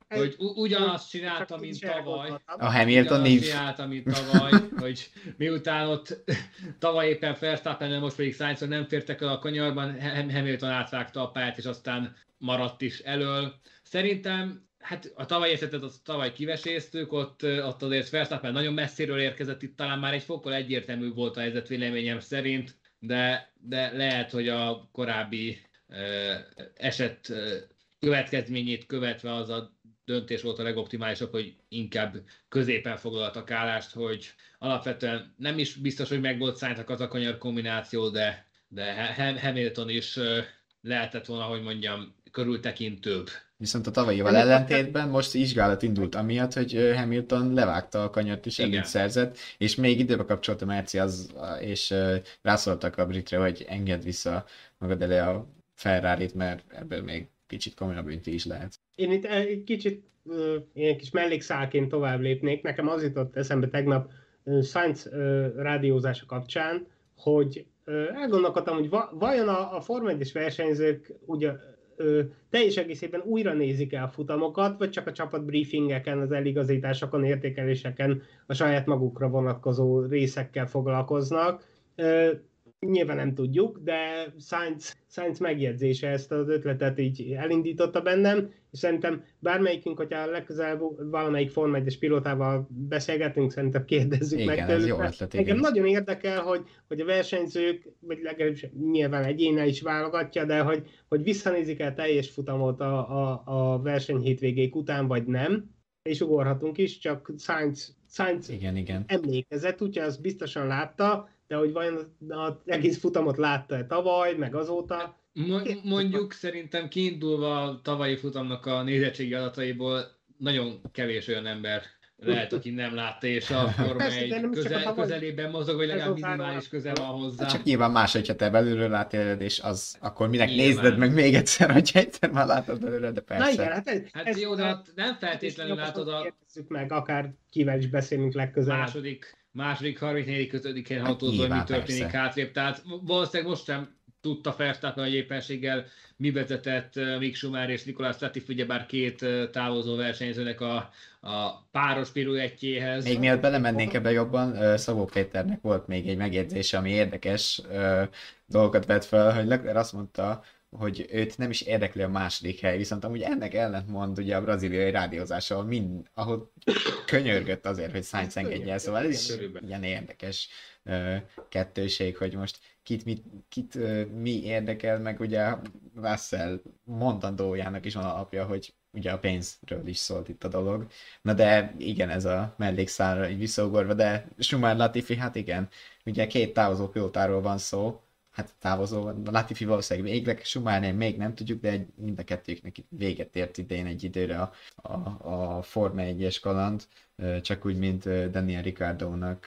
hogy u- ugyanazt csinálta, mint tavaly. A Hamilton Ugyanazt is. csinálta, mint tavaly, hogy miután ott tavaly éppen Verstappen, most pedig Sainz nem fértek el a kanyarban, Hamilton átvágta a pályát, és aztán maradt is elől. Szerintem hát a tavalyi esetet azt tavaly kiveséztük, ott, ott azért Verstappen nagyon messziről érkezett, itt talán már egy fokkal egyértelmű volt a helyzet véleményem szerint, de, de lehet, hogy a korábbi uh, eset uh, következményét követve az a döntés volt a legoptimálisabb, hogy inkább középen foglaltak állást, hogy alapvetően nem is biztos, hogy meg volt Sainznak az a kanyar kombináció, de, de Hamilton is uh, lehetett volna, hogy mondjam, körültekintőbb. Viszont a tavalyival ellentétben most vizsgálat indult amiatt, hogy Hamilton levágta a kanyart is, előtt szerzett, és még időbe kapcsolt a Merci, az, és rászóltak a britre, hogy engedd vissza magad elé a Ferrarit, mert ebből még kicsit komolyabb bünti is lehet. Én itt egy kicsit uh, ilyen kis mellékszálként tovább lépnék. Nekem az jutott eszembe tegnap uh, Sainz uh, rádiózása kapcsán, hogy uh, elgondolkodtam, hogy va- vajon a, a Forma egyes versenyzők ugye uh, teljes egészében újra nézik el a futamokat, vagy csak a csapat briefingeken, az eligazításokon, értékeléseken a saját magukra vonatkozó részekkel foglalkoznak. Uh, Nyilván nem tudjuk, de Sainz, Sainz megjegyzése ezt az ötletet így elindította bennem, és szerintem bármelyikünk, hogyha legközelebb valamelyik Forma egyes pilótával beszélgetünk, szerintem kérdezzük igen, meg tőlük. Jó ötlet, engem nagyon érdekel, hogy, hogy a versenyzők, vagy legalábbis nyilván egyéne is válogatja, de hogy, hogy visszanézik el teljes futamot a, a, a verseny hétvégék után, vagy nem, és ugorhatunk is, csak Sainz, Sainz igen, igen. emlékezett, úgyhogy azt biztosan látta, de hogy vajon az egész futamot látta tavaly, meg azóta. M- mondjuk szerintem kiindulva a tavalyi futamnak a nézettségi adataiból nagyon kevés olyan ember lehet, aki nem látta, és a Forma egy közel, tavaly... közelében mozog, vagy legalább minimális közel van hozzá. Csak nyilván más, hogyha te belülről látéled, és az, akkor minek nyilván nézed meg még egyszer, hogyha egyszer már látod belőle, de persze. Na igen, hát, ez, hát ez, jó, de nem feltétlenül látod a... Kérdezzük meg, akár kivel is beszélünk legközelebb. Második, második harmincnegyedik közödik helyen autózó, hogy mi történik persze. Hátrébb. Tehát valószínűleg most sem tudta Verstappen, hogy éppenséggel mi vezetett Mick Schumacher és Nicolas Latifi, ugyebár két távozó versenyzőnek a, a páros piruettjéhez. Még mielőtt belemennénk ebbe jobban, Szabó Péternek volt még egy megjegyzése, ami érdekes dolgokat vett fel, hogy Leclerc azt mondta, hogy őt nem is érdekli a második hely, viszont amúgy ennek ellentmond ugye a braziliai rádiózással, mind, ahol könyörgött azért, hogy Sainz engedje el, szóval ez is ilyen érdekes uh, kettőség, hogy most kit, mit, kit uh, mi érdekel, meg ugye Russell mondandójának is van alapja, hogy ugye a pénzről is szólt itt a dolog. Na de igen, ez a mellékszálra így visszaugorva, de Schumacher Latifi, hát igen, ugye két távozó pilótáról van szó, hát távozó, Latifi valószínűleg végleg, Schumacher még nem tudjuk, de mind a kettőknek véget ért idén egy időre a, a, a Forma egyes kaland, csak úgy, mint Daniel Ricciardónak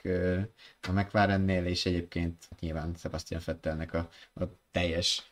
a McLarennél, és egyébként nyilván Sebastian Vettelnek a, a teljes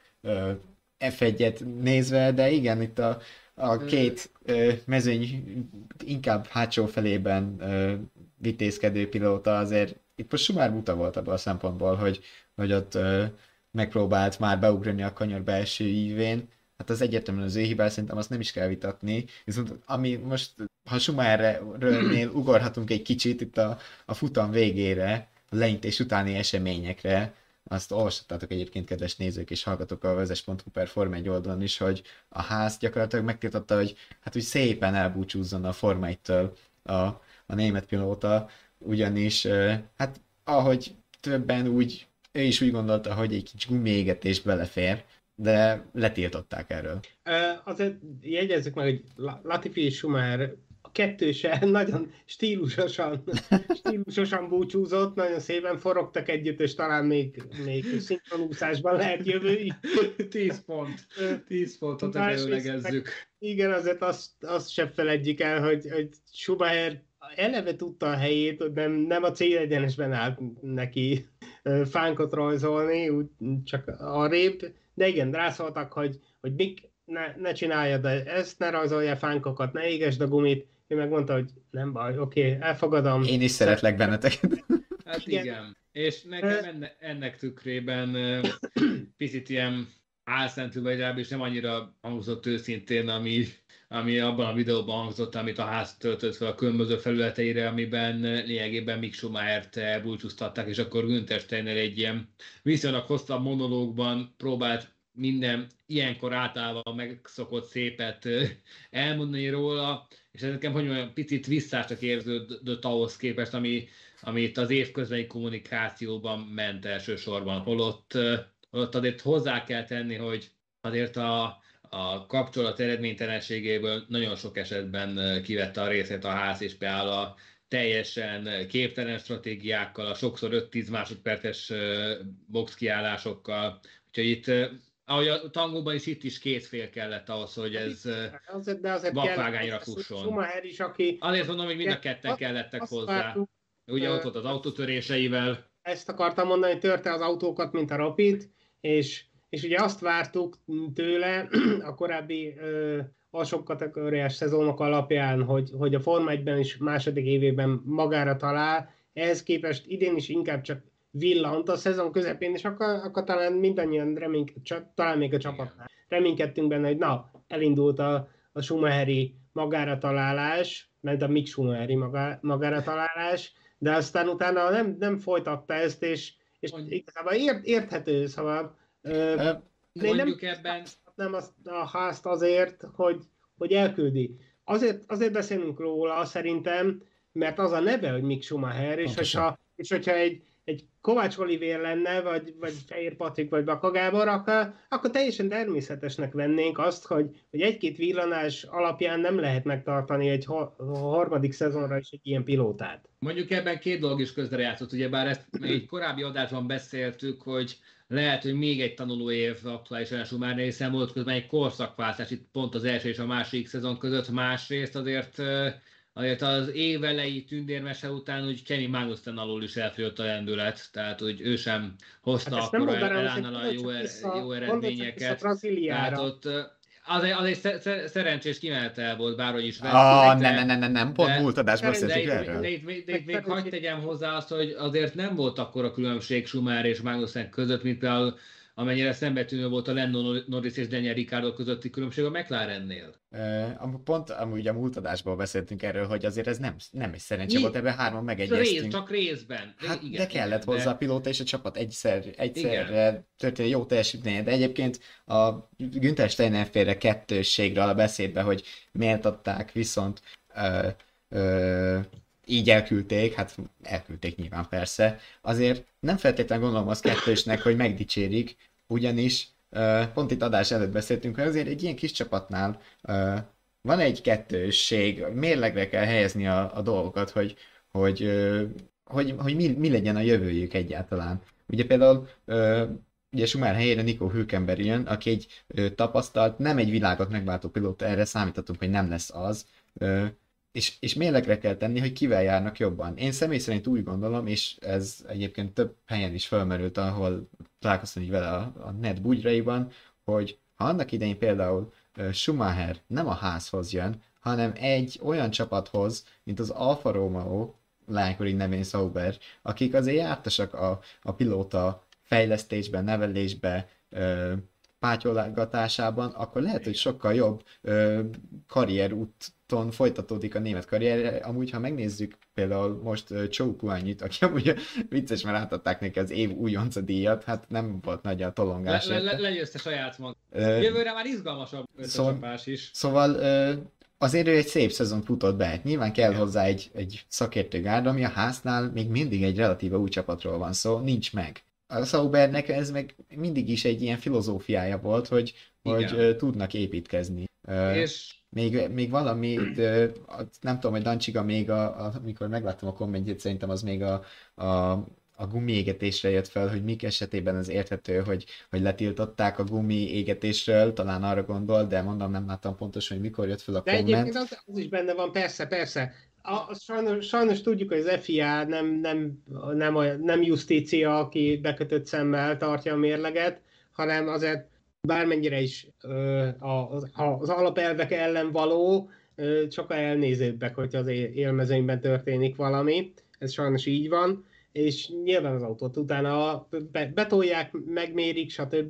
ef egyet nézve, de igen, itt a, a két mezőny inkább hátsó felében vitézkedő pilóta azért, itt most Schumacher buta volt abban a szempontból, hogy hogy ott ö, megpróbált már beugrani a kanyar belső ívén. Hát az egyértelműen az ő hibás, szerintem azt nem is kell vitatni. Viszont ami most, ha Schumacherről ugorhatunk egy kicsit itt a, a futam végére, a leintés utáni eseményekre, azt olvastátok egyébként, kedves nézők és hallgatók a vezes pont hu per Forma egy oldalon is, hogy a ház gyakorlatilag megtiltotta, hogy hát úgy szépen elbúcsúzzon a Forma egytől a, a német pilóta, ugyanis hát ahogy többen úgy ő is úgy gondolta, hogy egy kicsi gumiégetés belefér, de letiltották erről. Uh, azért jegyezzük meg, hogy Latifi és Schumacher a kettőse nagyon stílusosan, stílusosan búcsúzott, nagyon szépen forogtak együtt, és talán még, még szinkronúszásban lehet jövő. tíz pont. tíz pontot előlegezzük. Igen, azért azt, azt sem feledjük el, hogy, hogy Schumacher eleve tudta a helyét, nem, nem a célegyenesben állt neki fánkot rajzolni, úgy csak arrébb, de igen, rászóltak, hogy, hogy Mick, ne, ne csináljad ezt, ne rajzolja fánkokat, ne égesd a gumit, ő megmondta, hogy nem baj, oké, okay, elfogadom. Én is szeretlek benneteket. Hát igen, igen. És nekem enne, ennek tükrében picit ilyen álszentül, vagy legalábbis nem annyira hangzott őszintén, ami, ami abban a videóban hangzott, amit a ház töltött fel a különböző felületeire, amiben lényegében Mick Schumachert elbúcsúztatták, és akkor Günther Steiner egy ilyen viszonylag hosszabb monológban próbált minden ilyenkor általában megszokott szépet elmondani róla, és ez nekem, hogy olyan picit visszástak érződött ahhoz képest, ami, amit az évközbeni kommunikációban ment elsősorban, holott, holott azért hozzá kell tenni, hogy azért a, a kapcsolat eredménytelenségéből nagyon sok esetben kivette a részét a ház, és például a teljesen képtelen stratégiákkal, a sokszor öt-tíz másodperces boxkiállásokkal, úgyhogy itt ahogy a tangóban is, itt is két fél kellett ahhoz, hogy ez vakvágányra fusson. Schumacher is, aki... Azért mondom, hogy mind a ketten kellettek hozzá. Vártuk, ugye ott volt az autótöréseivel. Ezt akartam mondani, hogy törte az autókat, mint a Rapid, és, és ugye azt vártuk tőle a korábbi ö, alsóbb kategóriás szezonok alapján, hogy, hogy a Forma egyben is második évében magára talál. Ehhez képest idén is inkább csak villant a szezon közepén, és akkor, akkor talán mindannyian remény, talán még a csapatnál reménykedtünk benne, hogy na, elindult a, a Schumacheri magára találás, mert a Mick Schumacheri magá, magára találás, de aztán utána nem, nem folytatta ezt, és, és igazából ért, érthető, szóval ö, mondjuk nem, ebben... nem azt a házt azért, hogy, hogy elküldi. Azért, azért beszélünk róla szerintem, mert az a neve, hogy Mick Schumacher, és hogyha, és hogyha egy egy Kovács Olivér lenne, vagy, vagy Fehér Patrik, vagy Baka Gábor, akkor, akkor teljesen természetesnek vennénk azt, hogy, hogy egy-két villanás alapján nem lehet megtartani egy ha, a harmadik szezonra is egy ilyen pilótát. Mondjuk ebben két dolog is közrejátszott, ugyebár ezt még egy korábbi adásban beszéltük, hogy lehet, hogy még egy tanuló év aktuálisan Schumachernél, hiszen volt közben egy korszakváltás itt pont az első és a második szezon között, másrészt azért Azért az év elejé tündérmese után úgy Kenny Magnussen alól is elfogyott a lendület, tehát hogy ő sem hozta hát akkor elánnal a jó, er, jó eredményeket. Tehát ott az egy, az egy szer- szerencsés kimenetel volt, bárhogy is vettük. Ah, nem, nem, nem, nem, nem, pont múlt adásban beszéltük erről. De itt, de itt, de itt még hagyd tegyem hozzá azt, hogy azért nem volt akkor a különbség Schumacher és Magnussen között, mint például amennyire szembetűnő volt a Lando Norris és Daniel Ricciardo közötti különbség a McLarennél. Uh, pont amúgy a múlt adásból beszéltünk erről, hogy azért ez nem, nem egy szerencse volt, ebben hárman megegyeztünk. Rész, csak részben. Hát, igen, de kellett igen, hozzá de... a pilóta és a csapat egyszer, egyszerre történő jó teljesítménye. De egyébként a Günther Steiner féle kettősségről a beszédbe, hogy miért adták, viszont uh, uh, így elküldték, hát elküldték nyilván persze, azért nem feltétlenül gondolom az kettősnek, hogy megdicsérik, ugyanis uh, pont itt adás előtt beszéltünk, hogy azért egy ilyen kis csapatnál uh, van egy kettősség, mérlegre kell helyezni a, a dolgokat, hogy, hogy, uh, hogy, hogy mi, mi legyen a jövőjük egyáltalán. Ugye például uh, ugye Schumacher helyére Nico Hülkenberg jön, aki egy uh, tapasztalt, nem egy világot megváltó pilóta, erre számítottunk, hogy nem lesz az, uh, És, és mérlegre kell tenni, hogy kivel járnak jobban. Én személy szerint úgy gondolom, és ez egyébként több helyen is felmerült, ahol találkoztam így vele a, a net bugyraiban, hogy ha annak idején például uh, Schumacher nem a házhoz jön, hanem egy olyan csapathoz, mint az Alfa Romeo, lánykori nevén Sauber, akik azért jártasak a, a pilóta fejlesztésben, nevelésben, uh, pátyolgatásában, akkor lehet, hogy sokkal jobb uh, karrierúton folytatódik a német karrier. Amúgy, ha megnézzük például most uh, Zhou Guanyit, aki amúgy vicces, mert átadták neki az év újonca díjat, hát nem volt nagy a tolongás. Le, le, legyőzte saját maga. Uh, Jövőre már izgalmasabb összecsapás is. Szóval uh, azért ő egy szép szezon futott be. Nyilván kell hozzá egy, egy szakértőgárda, ami a háznál még mindig egy relatíve új csapatról van szó, nincs meg. A Saubernek ez meg mindig is egy ilyen filozófiája volt, hogy, hogy uh, tudnak építkezni. Uh, és... még, még valami, uh, nem tudom, hogy Dancsiga még, a, a, amikor megláttam a kommentjét, szerintem az még a, a, a gumi égetésre jött fel, hogy mik esetében az érthető, hogy, hogy letiltották a gumi égetésről, talán arra gondol, de mondom, nem láttam pontosan, hogy mikor jött fel a de komment. De egyébként az, az is benne van, persze, persze. A, sajnos, sajnos tudjuk, hogy az ef i á nem, nem, nem, olyan, nem justícia, aki bekötött szemmel tartja a mérleget, hanem azért bármennyire is ö, az, az alapelvek ellen való, ö, sokkal elnézőbbek, hogyha az élmezőnyben történik valami. Ez sajnos így van, és nyilván az autót utána betolják, megmérik, stb.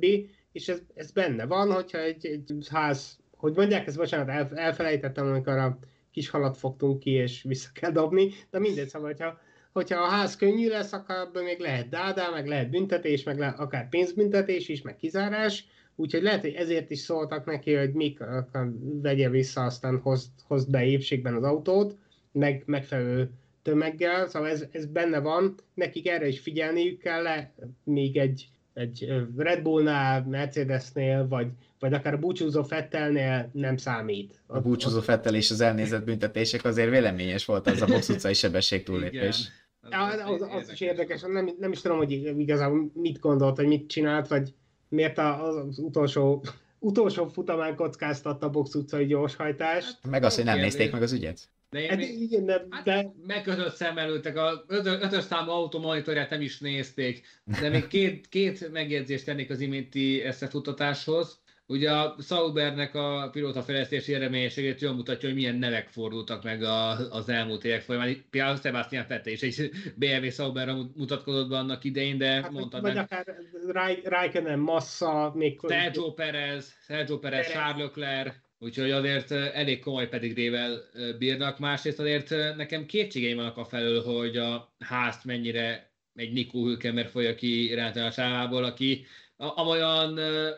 és ez, ez benne van, hogyha egy, egy ház, hogy mondják, ezt bocsánat, el, elfelejtettem, amikor a kis halat fogtunk ki, és vissza kell dobni, de mindegy, szóval, hogyha, hogyha a ház könnyű lesz, akkor abban még lehet dádá, meg lehet büntetés, meg lehet akár pénzbüntetés is, meg kizárás, úgyhogy lehet, hogy ezért is szóltak neki, hogy mik vegye vissza, aztán hozd, hozd be épségben az autót, meg megfelelő tömeggel, szóval ez, ez benne van, nekik erre is figyelniük kell le, még egy, egy Red Bullnál, Mercedesnél, vagy, vagy akár a búcsúzó Vettelnél nem számít. A búcsúzó Vettel és az elnézett büntetések azért véleményes volt az a box utcai sebesség túllépés. Az, az, az is érdekes, nem, nem is tudom, hogy igazából mit gondolt, vagy mit csinált, vagy miért az, az utolsó, utolsó futamán kockáztatta a box utcai gyorshajtást. Meg azt, hogy nem nézték meg az ügyet. De én Hát, még, igen, de, hát de... megkötött szemmel ültek, a ötös számú automonitorját nem is nézték, de még két, két megjegyzést tennék az iménti összefuttatáshoz. Ugye a Saubernek a pilótafejlesztési eredményességét jól mutatja, hogy milyen nevek fordultak meg a, az elmúlt évek folyamán. Például Sebastian Vettel is egy bé em vé Sauberra mutatkozott be annak idején, de hát, mondtad vagy meg. akár Raikkonen, Massa, még... Sergio Perez, Sergio Perez, Charles Leclerc, úgyhogy azért elég komoly pedigrével bírnak. Másrészt azért nekem kétségeim vannak a felől, hogy a házt mennyire egy Nico Hülkenberg fogja ki irányítani a sávából, aki amolyan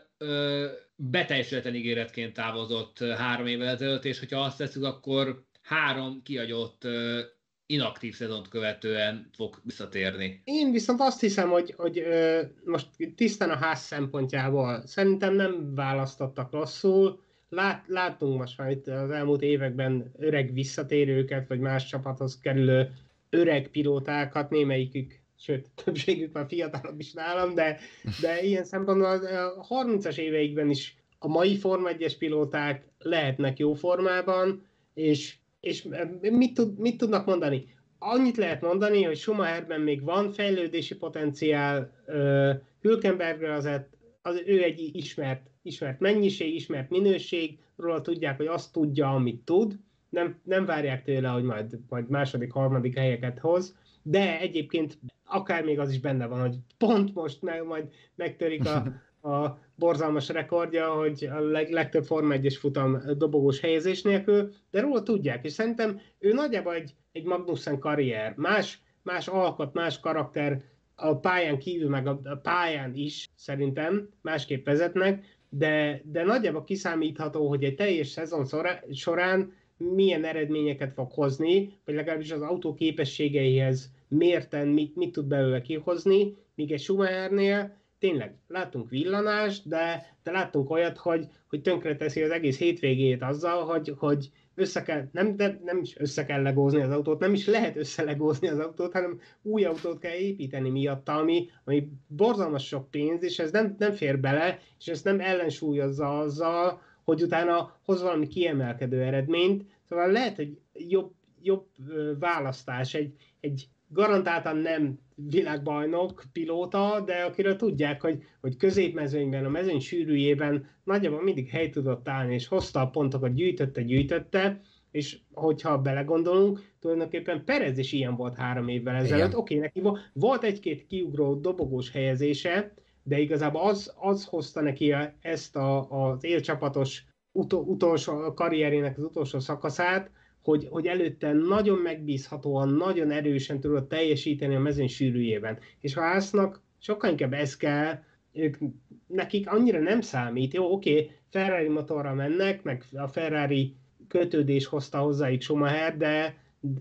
beteljesületen ígéretként távozott három évvel ezelőtt, és hogyha azt tesszük, akkor három kiagyott inaktív szezont követően fog visszatérni. Én viszont azt hiszem, hogy, hogy ö, most tisztán a ház szempontjából szerintem nem választottak rosszul. Lát, láttunk most már itt az elmúlt években öreg visszatérőket, vagy más csapathoz kerülő öreg pilótákat, némelyikük, sőt, többségük már fiatalabb is nálam, de, de ilyen szempontból a harmincas éveikben is a mai Forma egyes pilóták lehetnek jó formában, és, és mit, tud, mit tudnak mondani? Annyit lehet mondani, hogy Schumacherben még van fejlődési potenciál, uh, Hülkenbergre azért az ő egy ismert, ismert mennyiség, ismert minőség, róla tudják, hogy azt tudja, amit tud, nem, nem várják tőle, hogy majd, majd második, harmadik helyeket hoz, de egyébként akár még az is benne van, hogy pont most meg, majd megtörik a, a borzalmas rekordja, hogy a leg, legtöbb Forma egyes futam dobogós helyezés nélkül, de róla tudják, és szerintem ő nagyjából egy, egy Magnussen karrier, más, más alkat, más karakter, a pályán kívül, meg a pályán is szerintem másképp vezetnek, de, de nagyjából kiszámítható, hogy egy teljes szezon során milyen eredményeket fog hozni, vagy legalábbis az autó képességeihez mérten mit, mit tud belőle kihozni, míg egy Schumachernél tényleg láttunk villanást, de, de láttunk olyat, hogy, hogy tönkreteszi az egész hétvégét azzal, hogy, hogy össze kell, nem, de nem is össze kell legózni az autót, nem is lehet összelegózni az autót, hanem új autót kell építeni miatta, ami, ami borzalmas sok pénz, és ez nem, nem fér bele, és ezt nem ellensúlyozza azzal, hogy utána hoz valami kiemelkedő eredményt. Szóval lehet, hogy jobb, jobb választás, egy, egy garantáltan nem világbajnok pilóta, de akiről tudják, hogy, hogy középmezőnyben, a mezőny sűrűjében nagyjából mindig hely tudott állni, és hozta a pontokat, gyűjtötte, gyűjtötte, és hogyha belegondolunk, tulajdonképpen Perez is ilyen volt három évvel ezelőtt. Oké, neki volt egy-két kiugró dobogós helyezése, de igazából az, az hozta neki ezt a, az élcsapatos utol, utolsó karrierének az utolsó szakaszát, hogy, hogy előtte nagyon megbízhatóan, nagyon erősen tudott teljesíteni a mezőny sűrűjében. És ha Haasnak sokkal inkább ez kell, ők, nekik annyira nem számít. Jó, oké, Ferrari motorra mennek, meg a Ferrari kötődés hozta hozzájuk Schumacher, de,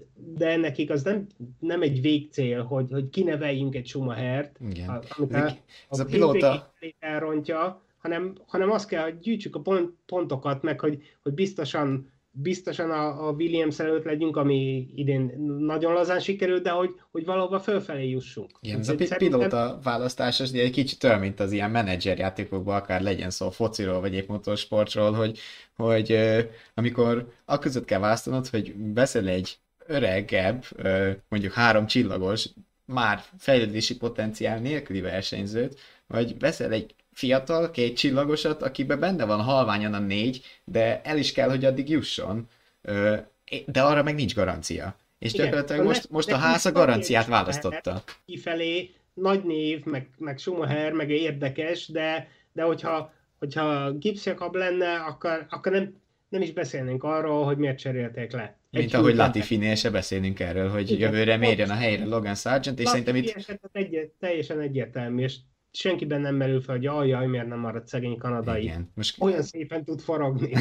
de nekik az nem, nem egy végcél, hogy, hogy kineveljünk egy Schumachert, amit a, a, a pilóta elrontja, hanem, hanem azt kell, hogy gyűjtsük a pont, pontokat, meg hogy, hogy biztosan biztosan a, a Williams előtt legyünk, ami idén nagyon lazán sikerült, de hogy, hogy valahova fölfelé jussunk. Igen, ez a p- pilóta választás az egy kicsit olyan, mint az ilyen menedzser játékokban, akár legyen szó fociról, vagy épp motorsportról, hogy, hogy euh, amikor aközött kell választanod, hogy veszel egy öregebb, euh, mondjuk három csillagos, már fejlődési potenciál nélküli versenyzőt, vagy veszel egy fiatal, két csillagosat, akiben benne van halványan a négy, de el is kell, hogy addig jusson, de arra meg nincs garancia. És igen, gyakorlatilag most, most a ház a garanciát választotta. Kifelé nagy név, meg, meg Schumacher, meg érdekes, de, de hogyha, hogyha Gibbs Jakab lenne, akkor, akkor nem, nem is beszélnénk arról, hogy miért cserélték le. Mint Egy ahogy hülye- Latifinél se beszélünk erről, hogy Igen. jövőre mérjen a helyre Logan Sargent, és szerintem Latifi itt eset egy, teljesen egyértelmű, és senkiben nem merül fel, hogy ajjaj, miért nem maradt szegény kanadai. igen. Most Olyan szépen tud faragni.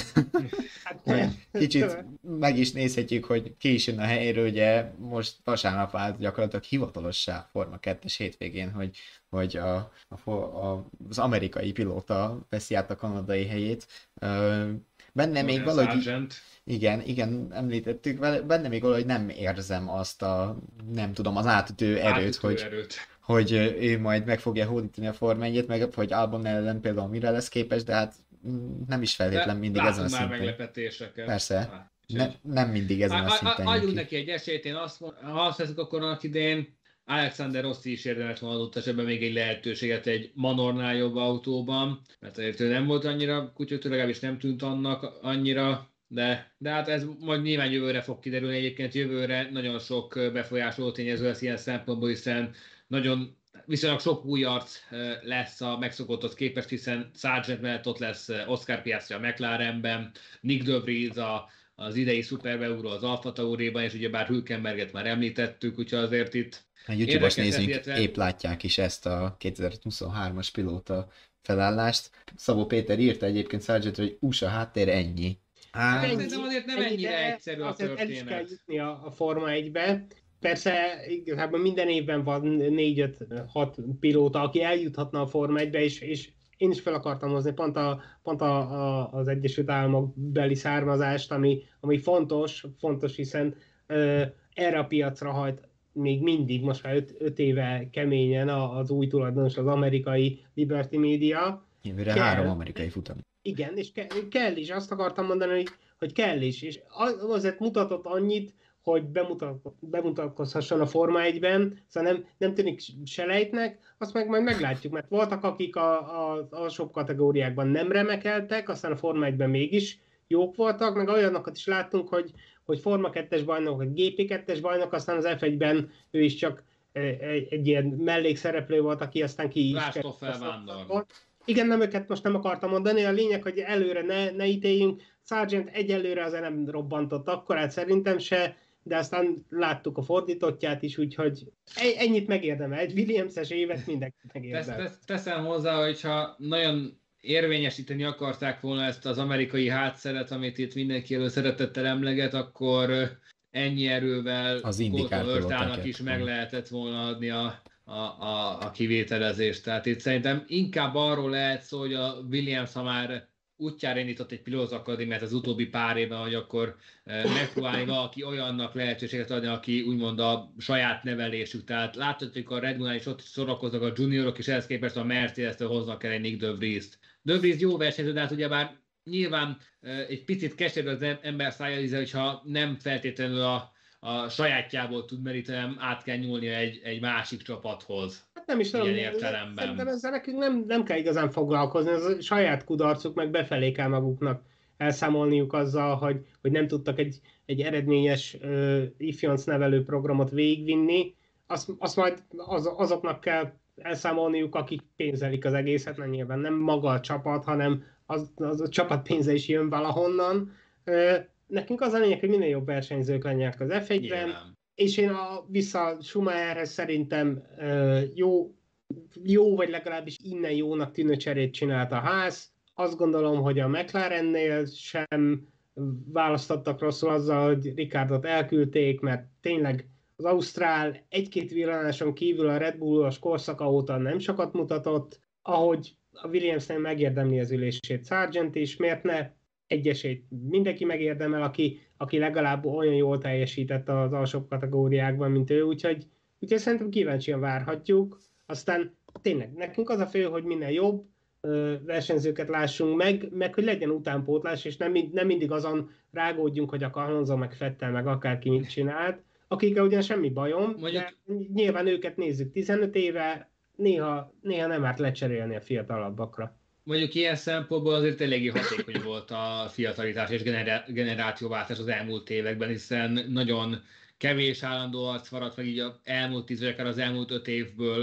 Hát, kicsit meg is nézhetjük, hogy ki is jön a helyről, ugye most vasárnap vált gyakorlatilag hivatalossá Forma kettes hétvégén, hogy, hogy a, a, a, az amerikai pilóta veszi át a kanadai helyét. Ö, Benne még valahogy... Sargent. Igen, igen, említettük, vele, benne még valahogy nem érzem azt a, nem tudom, az átütő erőt, Átütő hogy, erőt. hogy ő majd meg fogja hódítani a Forma egyet, meg hogy Albon ellen például mire lesz képes, de hát mm, nem is feltétlen mindig ezen a látunk már szinten. meglepetéseket. Persze. Hát, Ne, nem mindig ezen a A- a- szinten. Adjunk jön ki. neki egy esélyt, én azt mondom, ha azt veszük, akkor annak idén Alexander Rossi is érdemes volna adott esetben még egy lehetőséget egy Manornál jobb autóban, mert azért ő nem volt annyira kutyatő, legalábbis nem tűnt annak annyira, de, de hát ez majd nyilván jövőre fog kiderülni, egyébként jövőre nagyon sok befolyásoló tényező lesz ilyen szempontból, hiszen nagyon viszonylag sok új arc lesz a megszokotthoz képest, hiszen Sargent mellett ott lesz Oscar Piastri a McLarenben, Nick De Vries a az idei szuperbeugró az Alfa Tauriban, és ugyebár Hülkenberget már említettük, úgyhogy azért itt A YouTube-os érdekes, nézőink illetve- épp látják is ezt a kétezer-huszonhármas pilóta felállást. Szabó Péter írta egyébként Sargentre, hogy u es á háttér ennyi. Hát, Ennyi. Szerintem azért nem ennyire de egyszerű a azért el is kell történet. jutni a, a Forma egybe. Persze igazából minden évben van négy-öt-hat pilóta, aki eljuthatna a Forma egybe, és, és én is fel akartam hozni pont, a, pont a, a, az Egyesült Államok beli származást, ami, ami fontos, fontos, hiszen ö, erre a piacra hajt még mindig, most már öt, öt éve keményen az új tulajdonos, az amerikai Liberty Media. jövőre kell. három amerikai futam. Igen, és ke- kell is, azt akartam mondani, hogy, hogy kell is, és azért mutatott annyit, hogy bemutat, bemutatkozhasson a Forma egyben, szóval nem, nem tűnik selejtnek, azt meg majd meglátjuk, mert voltak, akik a, a alsóbb kategóriákban nem remekeltek, aztán a Forma egyben mégis jók voltak, meg olyanokat is láttunk, hogy, hogy Forma kettes bajnok, vagy gé pé kettes bajnok, aztán az ef egyben ő is csak egy, egy ilyen mellékszereplő volt, aki aztán ki is Lászlóffel Vándor. Igen, nem őket most nem akartam mondani, a lényeg, hogy előre ne, ne ítéljünk. Sargent egyelőre azért nem robbantott akkorát, szerintem se, de aztán láttuk a fordítottját is, úgyhogy ennyit megérdemel. Egy Williams-es évet mindenki Tesz, megérdemel. tesz, teszem hozzá, hogyha nagyon érvényesíteni akarták volna ezt az amerikai hátszeret, amit itt mindenki elő szeretettel emleget, akkor ennyi erővel Az IndyCar Hörtának is pilótákat. meg lehetett volna adni a, a, a, a kivételezést. Tehát itt szerintem inkább arról lehet szó, hogy a Williams, ha már útjára indított egy pilóta akadémiát az utóbbi pár évben, hogy akkor megpróbálni valaki olyannak lehetőséget adni, aki úgymond a saját nevelésük. Tehát láthatjuk, a Red Bullnál is ott szorakoznak a juniorok, és ehhez képest a Mercedes-től hoznak el egy Nick De Vries-t. De Vries jó versenyző, de hát ugyebár nyilván egy picit keserű az ember szája, hogyha nem feltétlenül a, a sajátjából tud meríteni, hanem át kell nyúlnia egy, egy másik csapathoz. Hát nem is tudom, ilyen értelemben. Szerintem ezzel nekünk nem, nem kell igazán foglalkozni, ez a saját kudarcuk, meg befelé kell maguknak elszámolniuk azzal, hogy, hogy nem tudtak egy, egy eredményes uh, ifjonc nevelő programot végigvinni, azt, azt majd az, azoknak kell elszámolniuk, akik pénzelik az egészet, mert nyilván nem maga a csapat, hanem az, az a csapat pénze is jön valahonnan. Uh, nekünk az a lényeg, hogy minél jobb versenyzők legyenek az ef egyben, Nyilván. és én a, vissza Schumacherhez szerintem uh, jó, jó, vagy legalábbis innen jónak tűnő cserét csinált a ház. Azt gondolom, hogy a McLarennél sem választottak rosszul azzal, hogy Ricardot elküldték, mert tényleg az Ausztrál egy-két villanáson kívül a Red Bullos korszaka óta nem sokat mutatott, ahogy a Williamsnél megérdemli az ülését Sargent is, miért ne? Egy esélyt mindenki megérdemel, aki, aki legalább olyan jól teljesített az alsóbb kategóriákban, mint ő, úgyhogy, úgyhogy szerintem kíváncsian várhatjuk. Aztán tényleg nekünk az a fő, hogy minél jobb ö, versenyzőket lássunk meg, meg hogy legyen utánpótlás, és nem, nem mindig azon rágódjunk, hogy a Alonso meg Vettel meg akárki mit csinált, akikkel ugyan semmi bajom, Mondjuk... de nyilván őket nézzük tizenöt éve, néha, néha nem árt lecserélni a fiatalabbakra. Mondjuk ilyen szempontból azért eléggé hatékony volt a fiatalitás és generá- generációváltás az elmúlt években, hiszen nagyon kevés állandó arc maradt meg így az elmúlt tíz, vagy akár az elmúlt öt évből.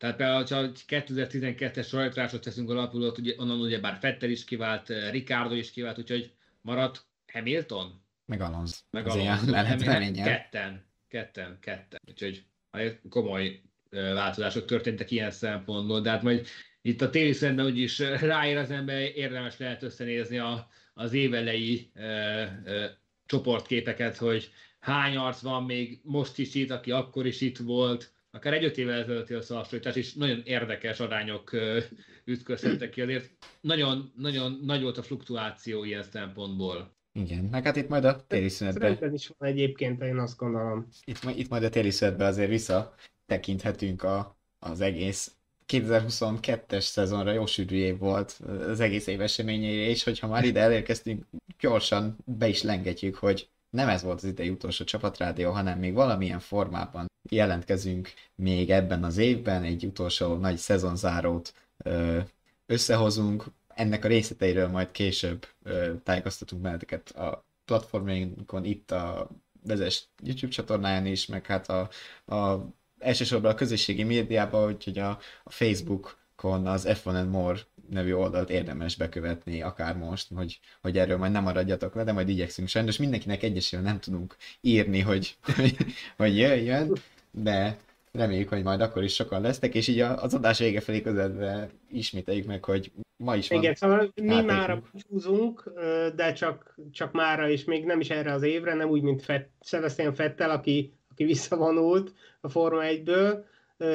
Tehát például, ha kétezer-tizenkettes rajtrásot teszünk alapulót, ugye, onnan ugye bár Vettel is kivált, Ricardo is kivált, úgyhogy maradt Hamilton? Meg Alonso. Meg Az ilyen Alonso. mellett Hamilton- reményel. Ketten, ketten, ketten. Úgyhogy azért komoly ö, változások történtek ilyen szempontból, de hát majd itt a téli szünetben úgyis ö, ráér az ember, érdemes lehet összenézni a, az évelei ö, ö, csoportképeket, hogy hány arc van még most is itt, aki akkor is itt volt, akár egy-öt évvel ezelőtti összehasonlítás is nagyon érdekes arányok ö, ütközhettek ki, azért nagyon, nagyon nagy volt a fluktuáció ilyen szempontból. Igen, meg hát itt majd a téli szünetben, Rendben is van egyébként, én azt gondolom. itt, ma- itt majd a téli szünetben azért visszatekinthetünk a, az egész kétezer-huszonkettes szezonra, jó sűrű év volt az egész év eseményeire, és hogyha már ide elérkeztünk, gyorsan be is lengetjük, hogy nem ez volt az idei utolsó csapatrádió, hanem még valamilyen formában jelentkezünk még ebben az évben, egy utolsó nagy szezonzárót ö, összehozunk. Ennek a részleteiről majd később ö, tájékoztatunk benneteket a platformjainkon, itt a Vezes YouTube csatornáján is, meg hát a, a elsősorban a közösségi médiában, úgyhogy a, a Facebookon az ef one and More nevű oldalt érdemes bekövetni, akár most, hogy, hogy erről majd nem maradjatok le, de majd igyekszünk. Sajnos mindenkinek egyesével nem tudunk írni, hogy, hogy jöjjön, de reméljük, hogy majd akkor is sokan lesznek, és így az adás vége felé közelve ismételjük meg, hogy ma is van. Igen, szóval mi játékunk. mára búcsúzunk, de csak, csak mára, és még nem is erre az évre, nem úgy, mint Fett, Sebastian Vettel, aki, aki visszavonult a Forma egyből.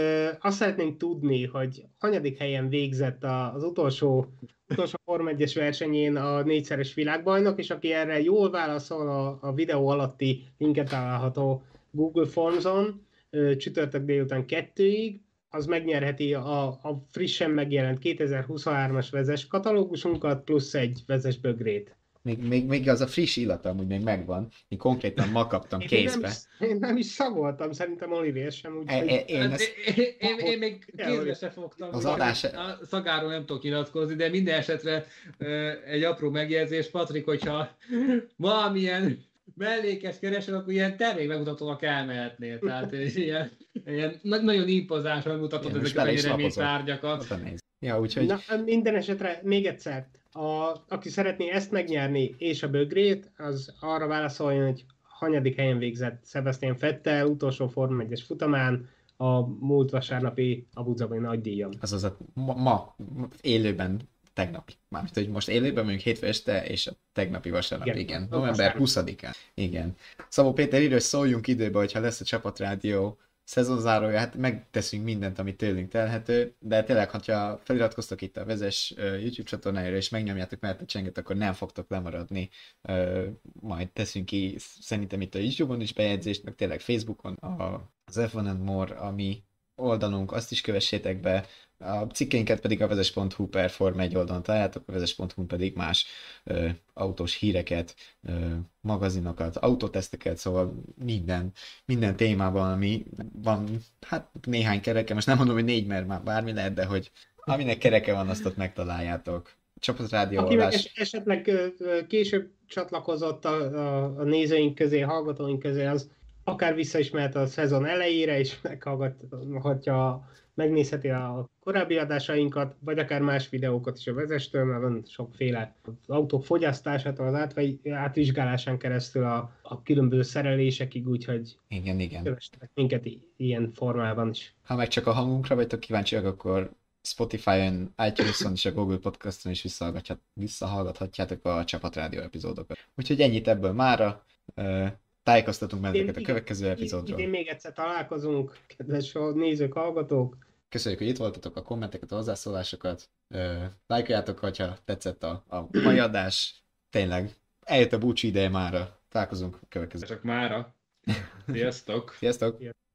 Azt szeretnénk tudni, hogy hanyadik helyen végzett az utolsó, utolsó Forma egyes versenyén a négyszeres világbajnok, és aki erre jól válaszol, a, a videó alatti linket található Google Formson, csütörtök délután kettőig, az megnyerheti a, a frissen megjelent kétezer-huszonhármas vezes katalógusunkat, plusz egy vezes bögrét. Még, még, még az a friss illata amúgy még megvan. Én konkrétan ma kaptam Én kézbe. nem, is, én nem is szagoltam, szerintem Olivier sem, E, úgyhogy... e, én Hát ezt, én, én, én még kézbe se fogtam. Az úgyhogy adás- A szagáról nem tudok nyilatkozni, de minden esetre ö, egy apró megjegyzés, Patrik, hogyha valamilyen mellékes keresel, akkor ilyen termékbemutatónak elmehetnél. Tehát ilyen, ilyen na- nagyon impozáns megmutatod Igen, most ezeket a bele is nyereménytárgyakat. oda néz. Ja, úgyhogy Na, minden esetre még egyszer, a, aki szeretné ezt megnyerni és a bögrét, az arra válaszoljon, hogy hanyadik helyen végzett Sebastian Vettel utolsó Forma egyes futamán a múlt vasárnapi Abu Dhabi nagydíjon. azaz a ma, ma élőben tegnapi. Mármint, hogy most élőben mondjuk hétfő este, és a tegnapi vasárnap, igen. Igen. igen. November Vasárnap. huszadikán. Igen. Szabó Péter írja, hogy szóljunk időbe, hogyha lesz a csapatrádió szezonzárója, hát megteszünk mindent, ami tőlünk telhető, de tényleg, ha feliratkoztok itt a Vezes uh, YouTube csatornájára, és megnyomjátok mellett a csenget, akkor nem fogtok lemaradni. Uh, majd teszünk ki szerintem itt a YouTube-on is bejegyzést, meg tényleg Facebookon a, az ef one and More, ami oldalunk, azt is kövessétek be, a cikkeinket pedig a vezes pont hu per Forma egy oldalon találjátok, a vezes pont hu pedig más ö, autós híreket, ö, magazinokat, autóteszteket, szóval minden, minden témában, ami van, hát néhány kereke, most nem mondom, hogy négy, mert már bármi lehet, de hogy aminek kereke van, azt ott megtaláljátok. Csapatrádió Aki meg adás. es- esetleg ö, ö, később csatlakozott a, a, a nézőink közé, hallgatóink közé, az akár vissza is mehet a szezon elejére, és meghallgathatja, megnézheti a korábbi adásainkat, vagy akár más videókat is a Vezestől, mert van sokféle az autók fogyasztásától, az átvegy, átvizsgálásán keresztül a, a különböző szerelésekig, úgyhogy Igen, igen. kövessetek minket i- ilyen formában is. Ha meg csak a hangunkra vagytok kíváncsiak, akkor Spotify-on, iTunes-on és a Google Podcast-on is visszahallgathat, visszahallgathatjátok a Csapatrádió epizódokat. Úgyhogy ennyit ebből mára. Ö, Tájékoztatunk benneteket a Igen, következő i- epizódról. Idén még egyszer találkozunk, kedves nézők, hallgatók. Köszönjük, hogy itt voltatok, a kommenteket, a hozzászólásokat. Ö, Lájkoljátok, hogyha tetszett a, a mai adás. Tényleg, eljött a búcsú ideje mára. Találkozunk a következő. Csak mára. Sziasztok! Sziasztok!